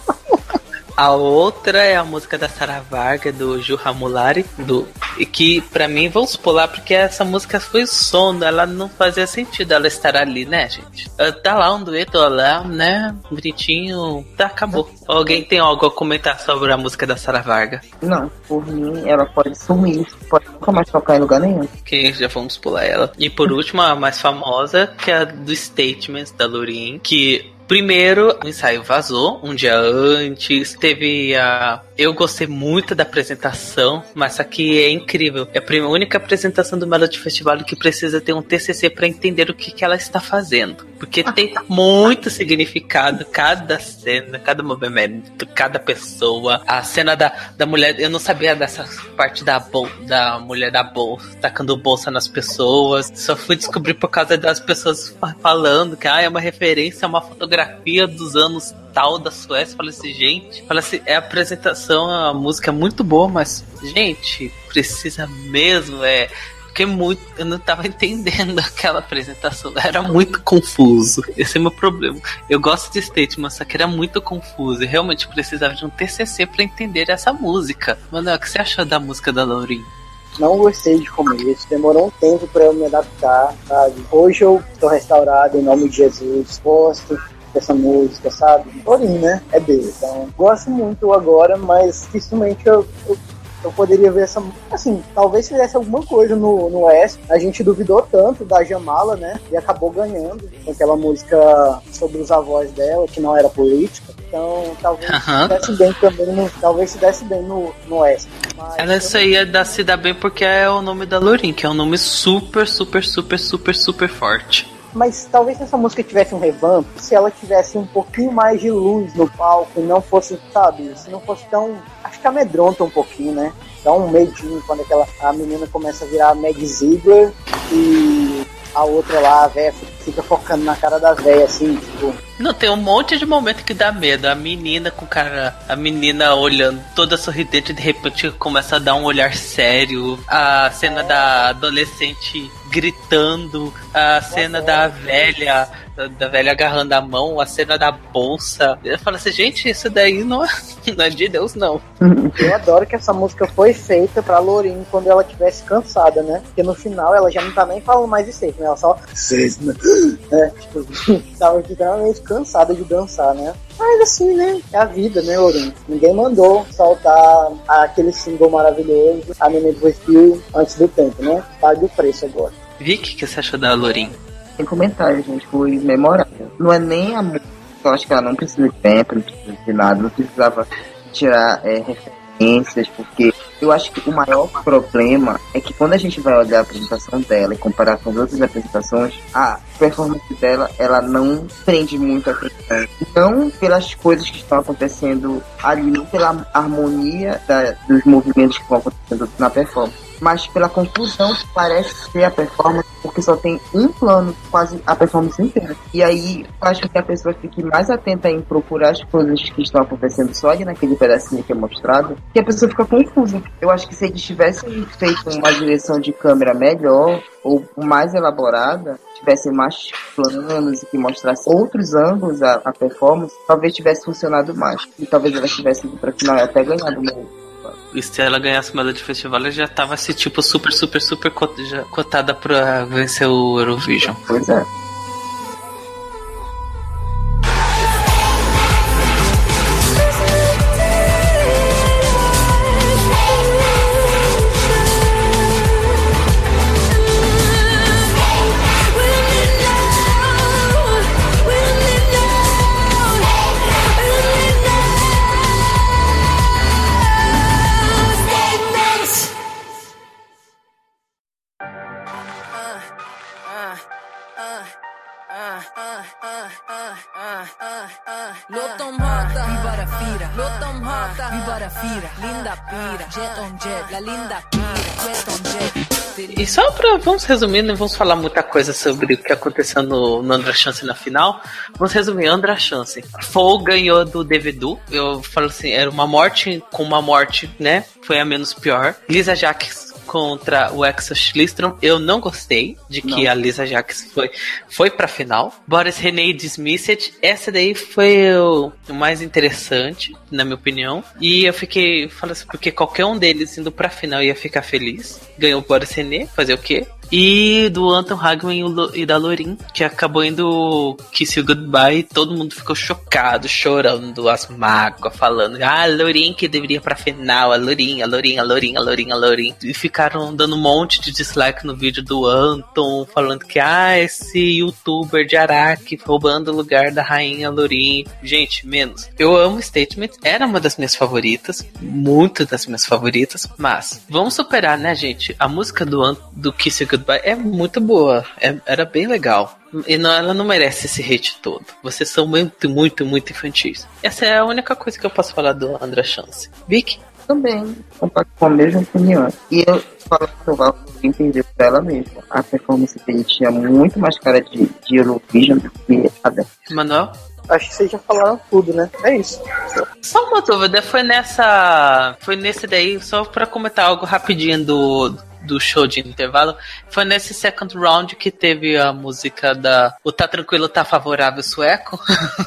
A outra é a música da Sarah Vargas, do Ju Hamulari, e que pra mim, vamos pular, porque essa música foi sono, ela não fazia sentido ela estar ali, né, gente? Tá lá um dueto lá, né, bonitinho, tá, acabou. Alguém tem algo a comentar sobre a música da Sarah Vargas? Não, por mim, ela pode sumir, pode nunca mais tocar em lugar nenhum. Que já vamos pular ela. E por último, a mais famosa, que é a do Statements, da Loreen, que... Primeiro, o ensaio vazou um dia antes. Teve a... Eu gostei muito da apresentação, mas aqui é incrível. É a única apresentação do Melody Festival que precisa ter um TCC para entender o que ela está fazendo. Porque tem muito significado. Cada cena, cada movimento, cada pessoa. A cena da mulher... Eu não sabia dessa parte da mulher da bolsa, tacando bolsa nas pessoas. Só fui descobrir por causa das pessoas falando que é uma referência a uma fotografia dos anos tal da Suécia. Falei assim, gente, é a apresentação, a música é muito boa, mas, gente, precisa mesmo, porque eu não tava entendendo aquela apresentação, era muito confuso. Esse é o meu problema. Eu gosto de Statement, só que era muito confuso e realmente precisava de um TCC pra entender essa música. Manoel, o que você achou da música da Loreen? Não gostei de começo, demorou um tempo pra eu me adaptar, sabe? Hoje eu tô restaurado em nome de Jesus, gosto dessa música, sabe? Loreen, né? É dele, então gosto muito agora, mas dificilmente eu poderia ver essa... Assim, talvez fizesse alguma coisa no Oeste. A gente duvidou tanto da Jamala, né? E acabou ganhando com aquela música sobre os avós dela, que não era política. Então, talvez se desse bem também, talvez se desse bem no Oeste. Mas ela ia se dar bem porque é o nome da Loreen, que é um nome super, super, super, super, super forte. Mas talvez se essa música tivesse um revamp, se ela tivesse um pouquinho mais de luz no palco e não fosse, sabe, se não fosse tão... Acho que amedronta um pouquinho, né? Dá um medinho quando a menina começa a virar a Meg Ziegler e a outra lá, a véia, fica focando na cara da véia, assim, tipo... Não, tem um monte de momento que dá medo. A menina a menina olhando toda sorridente, de repente começa a dar um olhar sério. A cena da adolescente gritando, a cena da velha agarrando a mão, a cena da bolsa. Eu falo assim, gente, isso daí não é de Deus, não. Eu adoro que essa música foi feita pra Loreen quando ela estivesse cansada, né? Porque no final ela já não tá nem falando mais de sexo, né? Ela só... tipo, tava literalmente cansada de dançar, né? Mas assim, né? É a vida, né, Loreen? Ninguém mandou soltar aquele single maravilhoso, A Minute With You, antes do tempo, né? Pague o preço agora. Vicky, o que você achou da Loreen? Sem comentário, gente, foi memorável. Não é nem a música, eu acho que ela não precisa de tempo, não precisa de nada, não precisava tirar referências, porque eu acho que o maior problema é que quando a gente vai olhar a apresentação dela e comparar com as outras apresentações, a performance dela, ela não prende muito a atenção. Não pelas coisas que estão acontecendo ali, não pela harmonia dos movimentos que estão acontecendo na performance, mas pela confusão que parece ser a performance, porque só tem um plano, quase a performance inteira. E aí faz com que a pessoa fique mais atenta em procurar as coisas que estão acontecendo só ali naquele pedacinho que é mostrado, que a pessoa fica confusa. Eu acho que se eles tivessem feito uma direção de câmera melhor, ou mais elaborada, tivessem mais planos e que mostrassem outros ângulos a performance, talvez tivesse funcionado mais. E talvez ela tivesse ido pra final e até ganhado mesmo. E se ela ganhasse o Melody Festival, ela já tava assim, tipo, super, super, super cotada pra vencer o Eurovision. Pois é. Låt dem hata, vi bara fira. Linda pira, jet on jet. La linda pira, jet on jet. E só pra, vamos resumir, não vamos falar muita coisa sobre o que aconteceu no Andra Chance na final. Vamos resumir, Andra Chance. Fou ganhou do Devedu. Eu falo assim, era uma morte com uma morte, né? Foi a menos pior. Lisa Jax contra o Exo Schlistrom. Eu não gostei de que a Lisa Jax foi pra final. Boris René Dismissed. Essa daí foi o mais interessante, na minha opinião. E eu fiquei falando assim, porque qualquer um deles indo pra final ia ficar feliz. Ganhou o Boris René, fazer o quê? E do Anton Hagman e da Lorin, que acabou indo Kiss You Goodbye, e todo mundo ficou chocado, chorando, as mágoas, falando, a Lorin que deveria ir pra final, a Lorin. E ficaram dando um monte de dislike no vídeo do Anton, falando que, esse youtuber de Araki roubando o lugar da rainha Lorin. Gente, menos. Eu amo Statement, era uma das minhas favoritas, muito das minhas favoritas, mas vamos superar, né, gente? A música do Kiss You Goodbye é muito boa, era bem legal. E ela não merece esse hate todo. Vocês são muito, muito, muito infantis. Essa é a única coisa que eu posso falar do Andra Chance. Vicky? Também, comparto com a mesma opinião. E eu falo que eu vou entender pra ela mesma. A performance dele tinha muito mais cara de Eurovision do que a dela. Manuel? Acho que vocês já falaram tudo, né? É isso. Só uma dúvida, foi nesse daí, só pra comentar algo rapidinho do show de intervalo, foi nesse second round que teve a música o Tá Tranquilo, Tá Favorável sueco,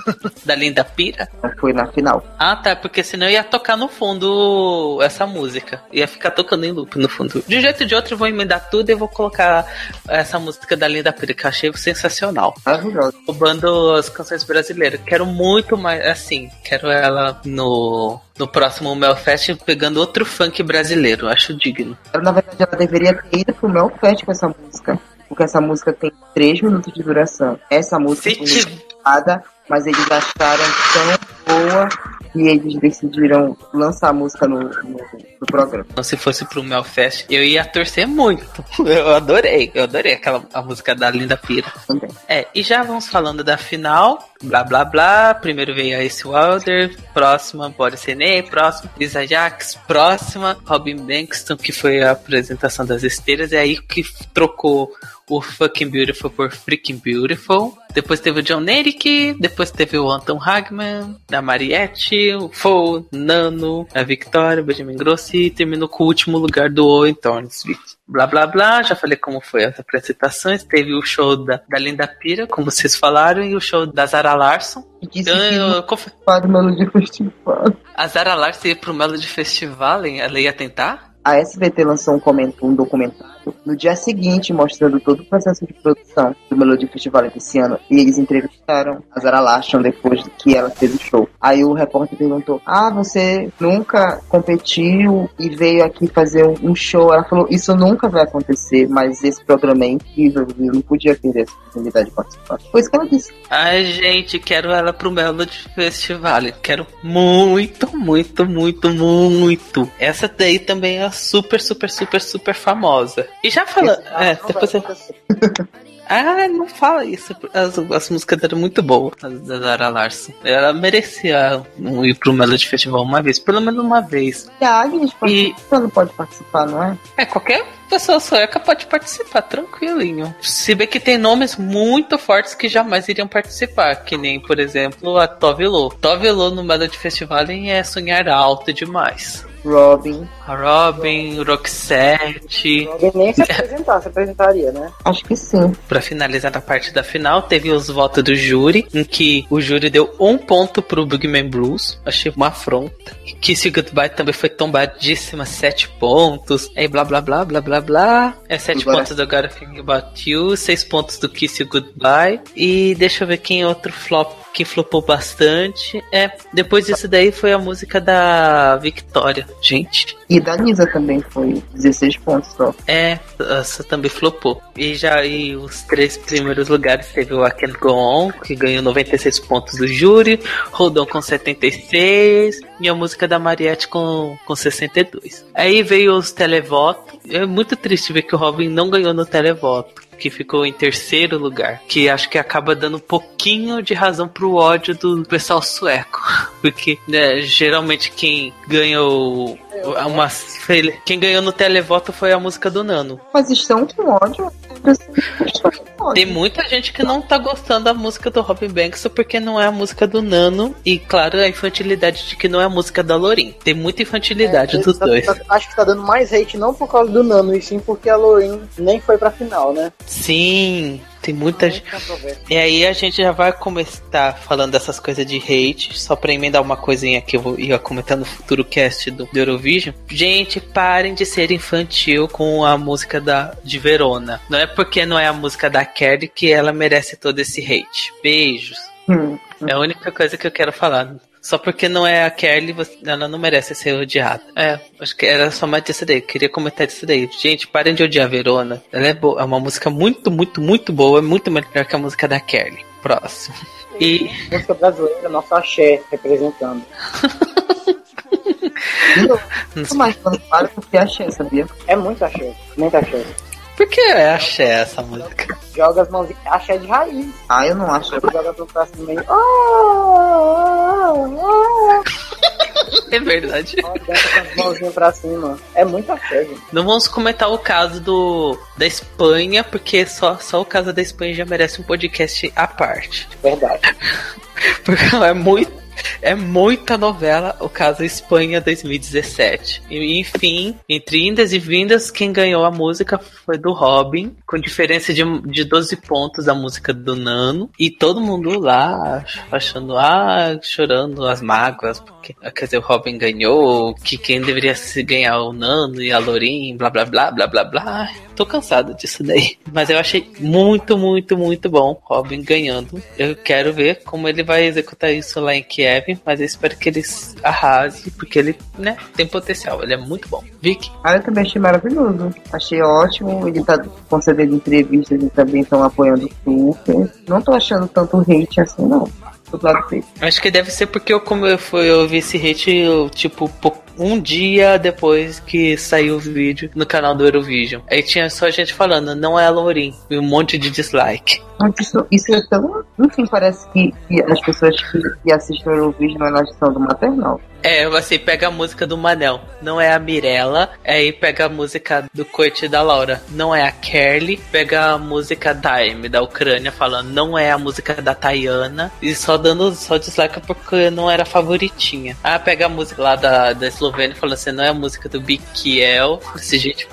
da Linda Pira. Foi na final. Ah, tá, porque senão ia tocar no fundo essa música, ia ficar tocando em loop no fundo. De um jeito ou de outro eu vou emendar tudo e vou colocar essa música da Linda Pira, que eu achei sensacional. Maravilhoso. Roubando as canções brasileiras. Quero muito mais, assim, quero ela no próximo Melfest pegando outro funk brasileiro, acho digno. Na verdade, ela deveria ter ido pro Melfest com essa música, porque essa música tem 3 minutos de duração. Essa música foi lançada, mas eles acharam tão boa que eles decidiram lançar a música no programa. Se fosse pro Melfest, eu ia torcer muito. Eu adorei a música da Linda Pira. Também. E já vamos falando da final, blá blá blá. Primeiro veio a Ace Wilder, próxima Boris René, próxima Lisa Jax, próxima Robin Bankston, que foi a apresentação das esteiras, é aí que trocou o Fucking Beautiful por Freaking Beautiful. Depois teve o John Eric, depois teve o Anton Hagman, a Mariette, o Fou, Nano, a Victoria, o Benjamin Grossi, e terminou com o último lugar do Owen Thornsvik. Blá blá blá, já falei como foi as apresentações. Teve o show da Linda Pira, como vocês falaram, e o show da Zara Larson. Para o Melody Festival. A Zara Larson ia pro Melody Festival, hein? Ela ia tentar? A SBT lançou um documentário no dia seguinte, mostrando todo o processo de produção do Melody Festival desse ano. E eles entrevistaram a Zara Larson depois que ela fez o show. Aí o repórter perguntou, você nunca competiu e veio aqui fazer um show? Ela falou, isso nunca vai acontecer, mas esse programa é incrível, eu não podia perder essa oportunidade de participar. Foi isso que ela disse. Ai, gente, quero ela pro Melody Festival. Quero muito, muito, muito, muito. Essa daí também é super, super, super, super famosa. E já falando... depois eu... não fala isso. As músicas eram muito boas, da Zara Larson. Ela merecia ir pro Melody Festival uma vez, pelo menos uma vez. E a Agnes não pode participar, não é? Qualquer pessoa sueca pode participar, tranquilinho. Se bem que tem nomes muito fortes que jamais iriam participar, que nem, por exemplo, a Tove Lo. Tove Lo no Melody Festival é sonhar alto demais. Robin, Roxette. Robin nem se apresentaria, né? Acho que sim. Pra finalizar a parte da final, teve os votos do júri, em que o júri deu 1 ponto pro Bugman Blues. Achei uma afronta. Kiss You Goodbye também foi tombadíssima, 7 pontos. Aí blá blá blá blá blá blá. 7 pontos do Gotta Think About You, 6 pontos do Kiss You Goodbye. E deixa eu ver quem outro que flopou bastante. Depois disso daí foi a música da Victoria, gente. E da Lisa também foi 16 pontos só. Essa também flopou. E os 3 primeiros lugares teve o I Can't Go On, que ganhou 96 pontos do júri, Hold On com 76 e a música da Mariette com 62. Aí veio os televotos. É muito triste ver que o Robin não ganhou no televoto. que ficou em terceiro lugar. Que acho que acaba dando um pouquinho de razão pro ódio do pessoal sueco. Porque, né, geralmente quem ganhou quem ganhou no televoto foi a música do Nano. Mas estão com ódio? Tem muita gente que não tá gostando da música do Robin Banks porque não é a música do Nano. E claro, a infantilidade de que não é a música da Lorin. Tem muita infantilidade dos dois. Acho que tá dando mais hate não por causa do Nano, e sim porque a Lorin nem foi pra final, né? Sim, tem muita gente. E aí a gente já vai começar falando dessas coisas de hate. Só pra emendar uma coisinha que eu ia comentar no futuro cast do Eurovision. Gente, parem de ser infantil com a música de Verona. Não é porque não é a música da Kelly que ela merece todo esse hate. Beijos. É a única coisa que eu quero falar. Só porque não é a Kelly, ela não merece ser odiada. Acho que era só mais disso daí. Queria comentar disso daí. Gente, parem de odiar a Verona. Ela é boa. É uma música muito, muito, muito boa. É muito melhor que a música da Kelly. Próximo. E música brasileira, nossa axé representando. Mas quando para porque axé, sabia? É muito axé. Muito axé. Por que é axé essa música? Joga as mãozinhas. Axé de raiz. Eu não acho. Joga pro próximo meio. É verdade. Dança com as mãozinhas pra cima. É muito axé, gente. Não vamos comentar o caso da Espanha, porque só o caso da Espanha já merece um podcast à parte. Verdade. Porque é muita novela o caso Espanha 2017. E, enfim, entre indas e vindas, quem ganhou a música foi do Robin, com diferença de 12 pontos a música do Nano. E todo mundo lá achando, chorando as mágoas, porque, quer dizer, o Robin ganhou, que quem deveria se ganhar o Nano e a Lorin, blá blá blá blá blá blá. Tô cansado disso daí. Mas eu achei muito, muito, muito bom Robin ganhando. Eu quero ver como ele vai executar isso lá em Kiev, mas eu espero que ele arrase, porque ele, né, tem potencial. Ele é muito bom. Vicky? Eu também achei maravilhoso. Achei ótimo. Ele tá concedendo entrevistas e também estão apoiando super. Não tô achando tanto hate assim, não. Acho que deve ser porque como eu ouvi esse hate, um dia depois que saiu o vídeo no canal do Eurovision. Aí tinha só gente falando, não é a Lorin, e um monte de dislike. Isso é tão... Enfim, parece que as pessoas que assistem o Eurovision elas são do maternal. Você pega a música do Manel, não é a Mirella, aí pega a música do Coit da Laura, não é a Kerli, pega a música Time da Ucrânia falando, não é a música da Tayana, e só dando dislike porque não era favoritinha. Pega a música lá da Eslovênia falando assim, não é a música do Bikiel. Gente,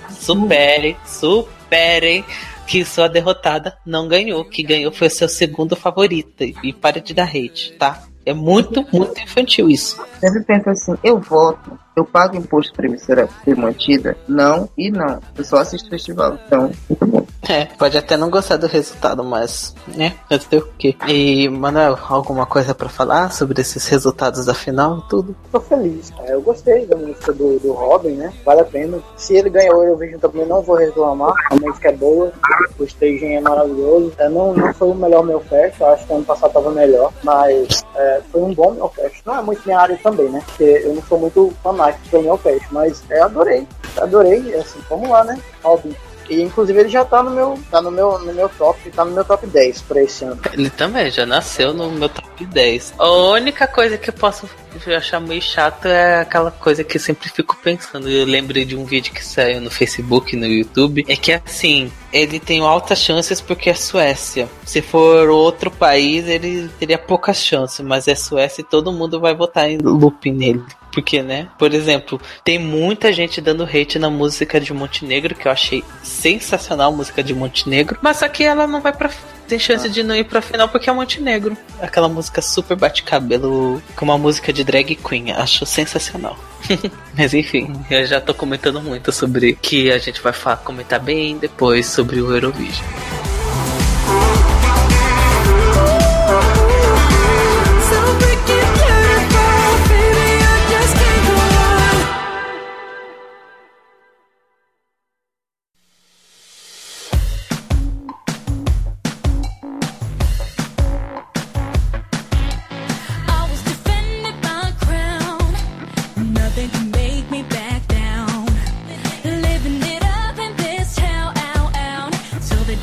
superem que sua derrotada não ganhou. Que ganhou foi o seu segundo favorito. E para de dar hate, tá? É muito, muito infantil isso. Sempre pensa assim, eu voto, eu pago imposto pra emissora ser mantida? Não e não. Eu só assisto o festival, então, muito bom. Pode até não gostar do resultado, mas, né, fazer o quê? E, Manuel, alguma coisa pra falar sobre esses resultados da final, tudo? Tô feliz, eu gostei da música do Robin, né, vale a pena. Se ele ganhou o Eurovision também não vou reclamar, a música é boa, o staging é maravilhoso. Não foi o melhor meu fest, eu acho que ano passado tava melhor, mas foi um bom meu fest. Não é muito minha área também, né, porque eu não sou muito fanático do meu fest, mas adorei, assim, vamos lá, né, Robin. E inclusive ele já tá no meu top 10 pra esse ano. Ele também já nasceu no meu top 10. A única coisa que eu posso achar meio chato é aquela coisa que eu sempre fico pensando. Eu lembrei de um vídeo que saiu no Facebook e no YouTube. É que assim, ele tem altas chances porque é Suécia. Se for outro país, ele teria poucas chances. Mas é Suécia e todo mundo vai votar em looping nele. Porque, né? Por exemplo, tem muita gente dando hate na música de Montenegro, que eu achei sensacional a música de Montenegro. Mas só que ela não vai pra... Tem chance de não ir pra final porque é Montenegro. Aquela música super bate-cabelo, com uma música de drag queen. Acho sensacional. Mas enfim, eu já tô comentando muito sobre que a gente vai comentar bem depois sobre o Eurovision. Till the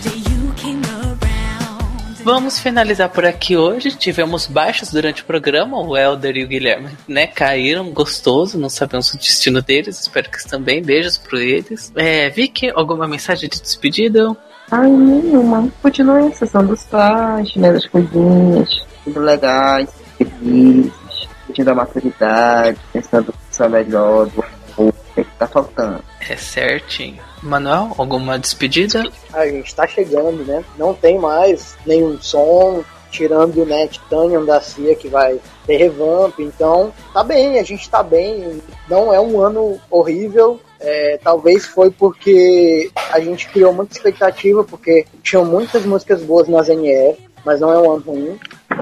vamos finalizar por aqui hoje. Tivemos baixos durante o programa. O Helder e o Guilherme, né, caíram gostoso. Não sabemos o destino deles. Espero que também. Beijos por eles. Vicky, alguma mensagem de despedida? Ai, nenhuma. Continue acessando os sites, né, das coisinhas, tudo legais, felizes, sentindo a maturidade, pensando só melhor do que tá faltando. É certinho. Manuel, alguma despedida? A gente tá chegando, né? Não tem mais nenhum som, tirando, né, Titanium da CIA, que vai ter revamp. Então, tá bem, a gente tá bem. Não é um ano horrível. Talvez foi porque a gente criou muita expectativa, porque tinham muitas músicas boas nas NF, mas não é um ano ruim.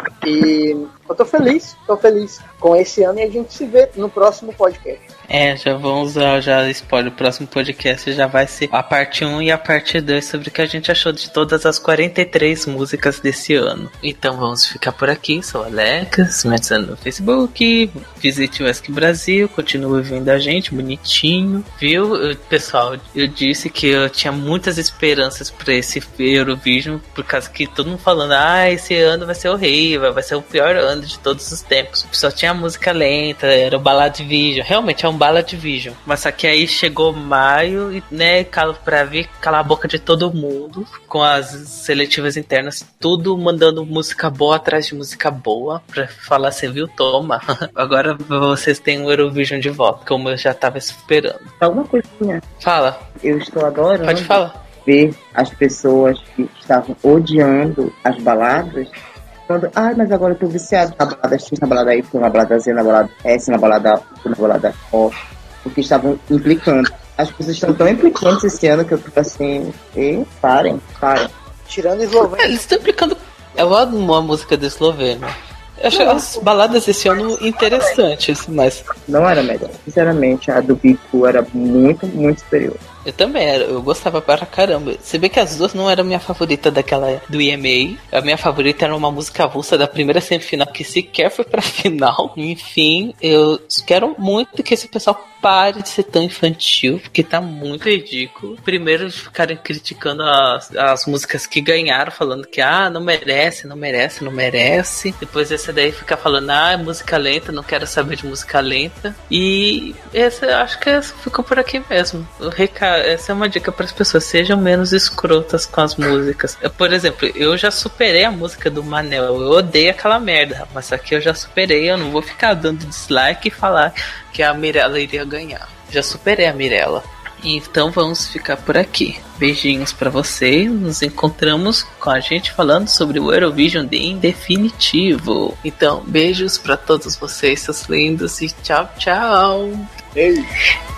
E eu tô feliz com esse ano, e a gente se vê no próximo podcast. Já vamos já spoiler, o próximo podcast já vai ser a parte 1 e a parte 2 sobre o que a gente achou de todas as 43 músicas desse ano. Então vamos ficar por aqui, sou o Alex, me adicione no Facebook, visite o ESC Brasil, continue vendo a gente, bonitinho, viu? Pessoal, eu disse que eu tinha muitas esperanças pra esse Eurovision, por causa que todo mundo falando, esse ano vai ser horrível, vai ser o pior ano de todos os tempos. Só tinha música lenta, era o Ballad Vision, realmente é um Ballad Vision, mas só que aí chegou maio e, né, pra vir calar a boca de todo mundo, com as seletivas internas, tudo mandando música boa atrás de música boa, pra falar assim, viu, toma, agora vocês têm o Eurovision de volta, como eu já tava esperando. Alguma coisinha. Fala. Eu estou adorando. Pode falar. Ver as pessoas que estavam odiando as baladas, falando, mas agora eu tô viciado na balada X, na balada Y, na balada Z, na balada S, na balada U, na balada O, porque estavam implicando. As pessoas estão tão implicantes esse ano que eu fico assim, parem. Tirando Eslovênia. Eles estão implicando. Eu amo a música da Eslovênia. Eu achei as baladas desse ano interessantes, mas... Não era melhor. Sinceramente, a do Biku era muito, muito superior. Eu também eu gostava para caramba. Se bem que as duas não eram minha favorita daquela do EMA. A minha favorita era uma música avulsa da primeira semifinal que sequer foi pra final. Enfim, eu quero muito que esse pessoal pare de ser tão infantil, porque tá muito ridículo. Primeiro ficarem criticando as músicas que ganharam, falando que não merece. Depois esse daí ficar falando, é música lenta, não quero saber de música lenta. E acho que ficou por aqui mesmo. Essa é uma dica para as pessoas, sejam menos escrotas com as músicas. Por exemplo, eu já superei a música do Manel, eu odeio aquela merda, mas aqui eu já superei, eu não vou ficar dando dislike e falar que a Mirella iria ganhar. Já superei a Mirella. Então vamos ficar por aqui. Beijinhos pra vocês. Nos encontramos com a gente falando sobre o Eurovision em definitivo. Então, beijos pra todos vocês, seus lindos, e tchau, tchau. Beijo.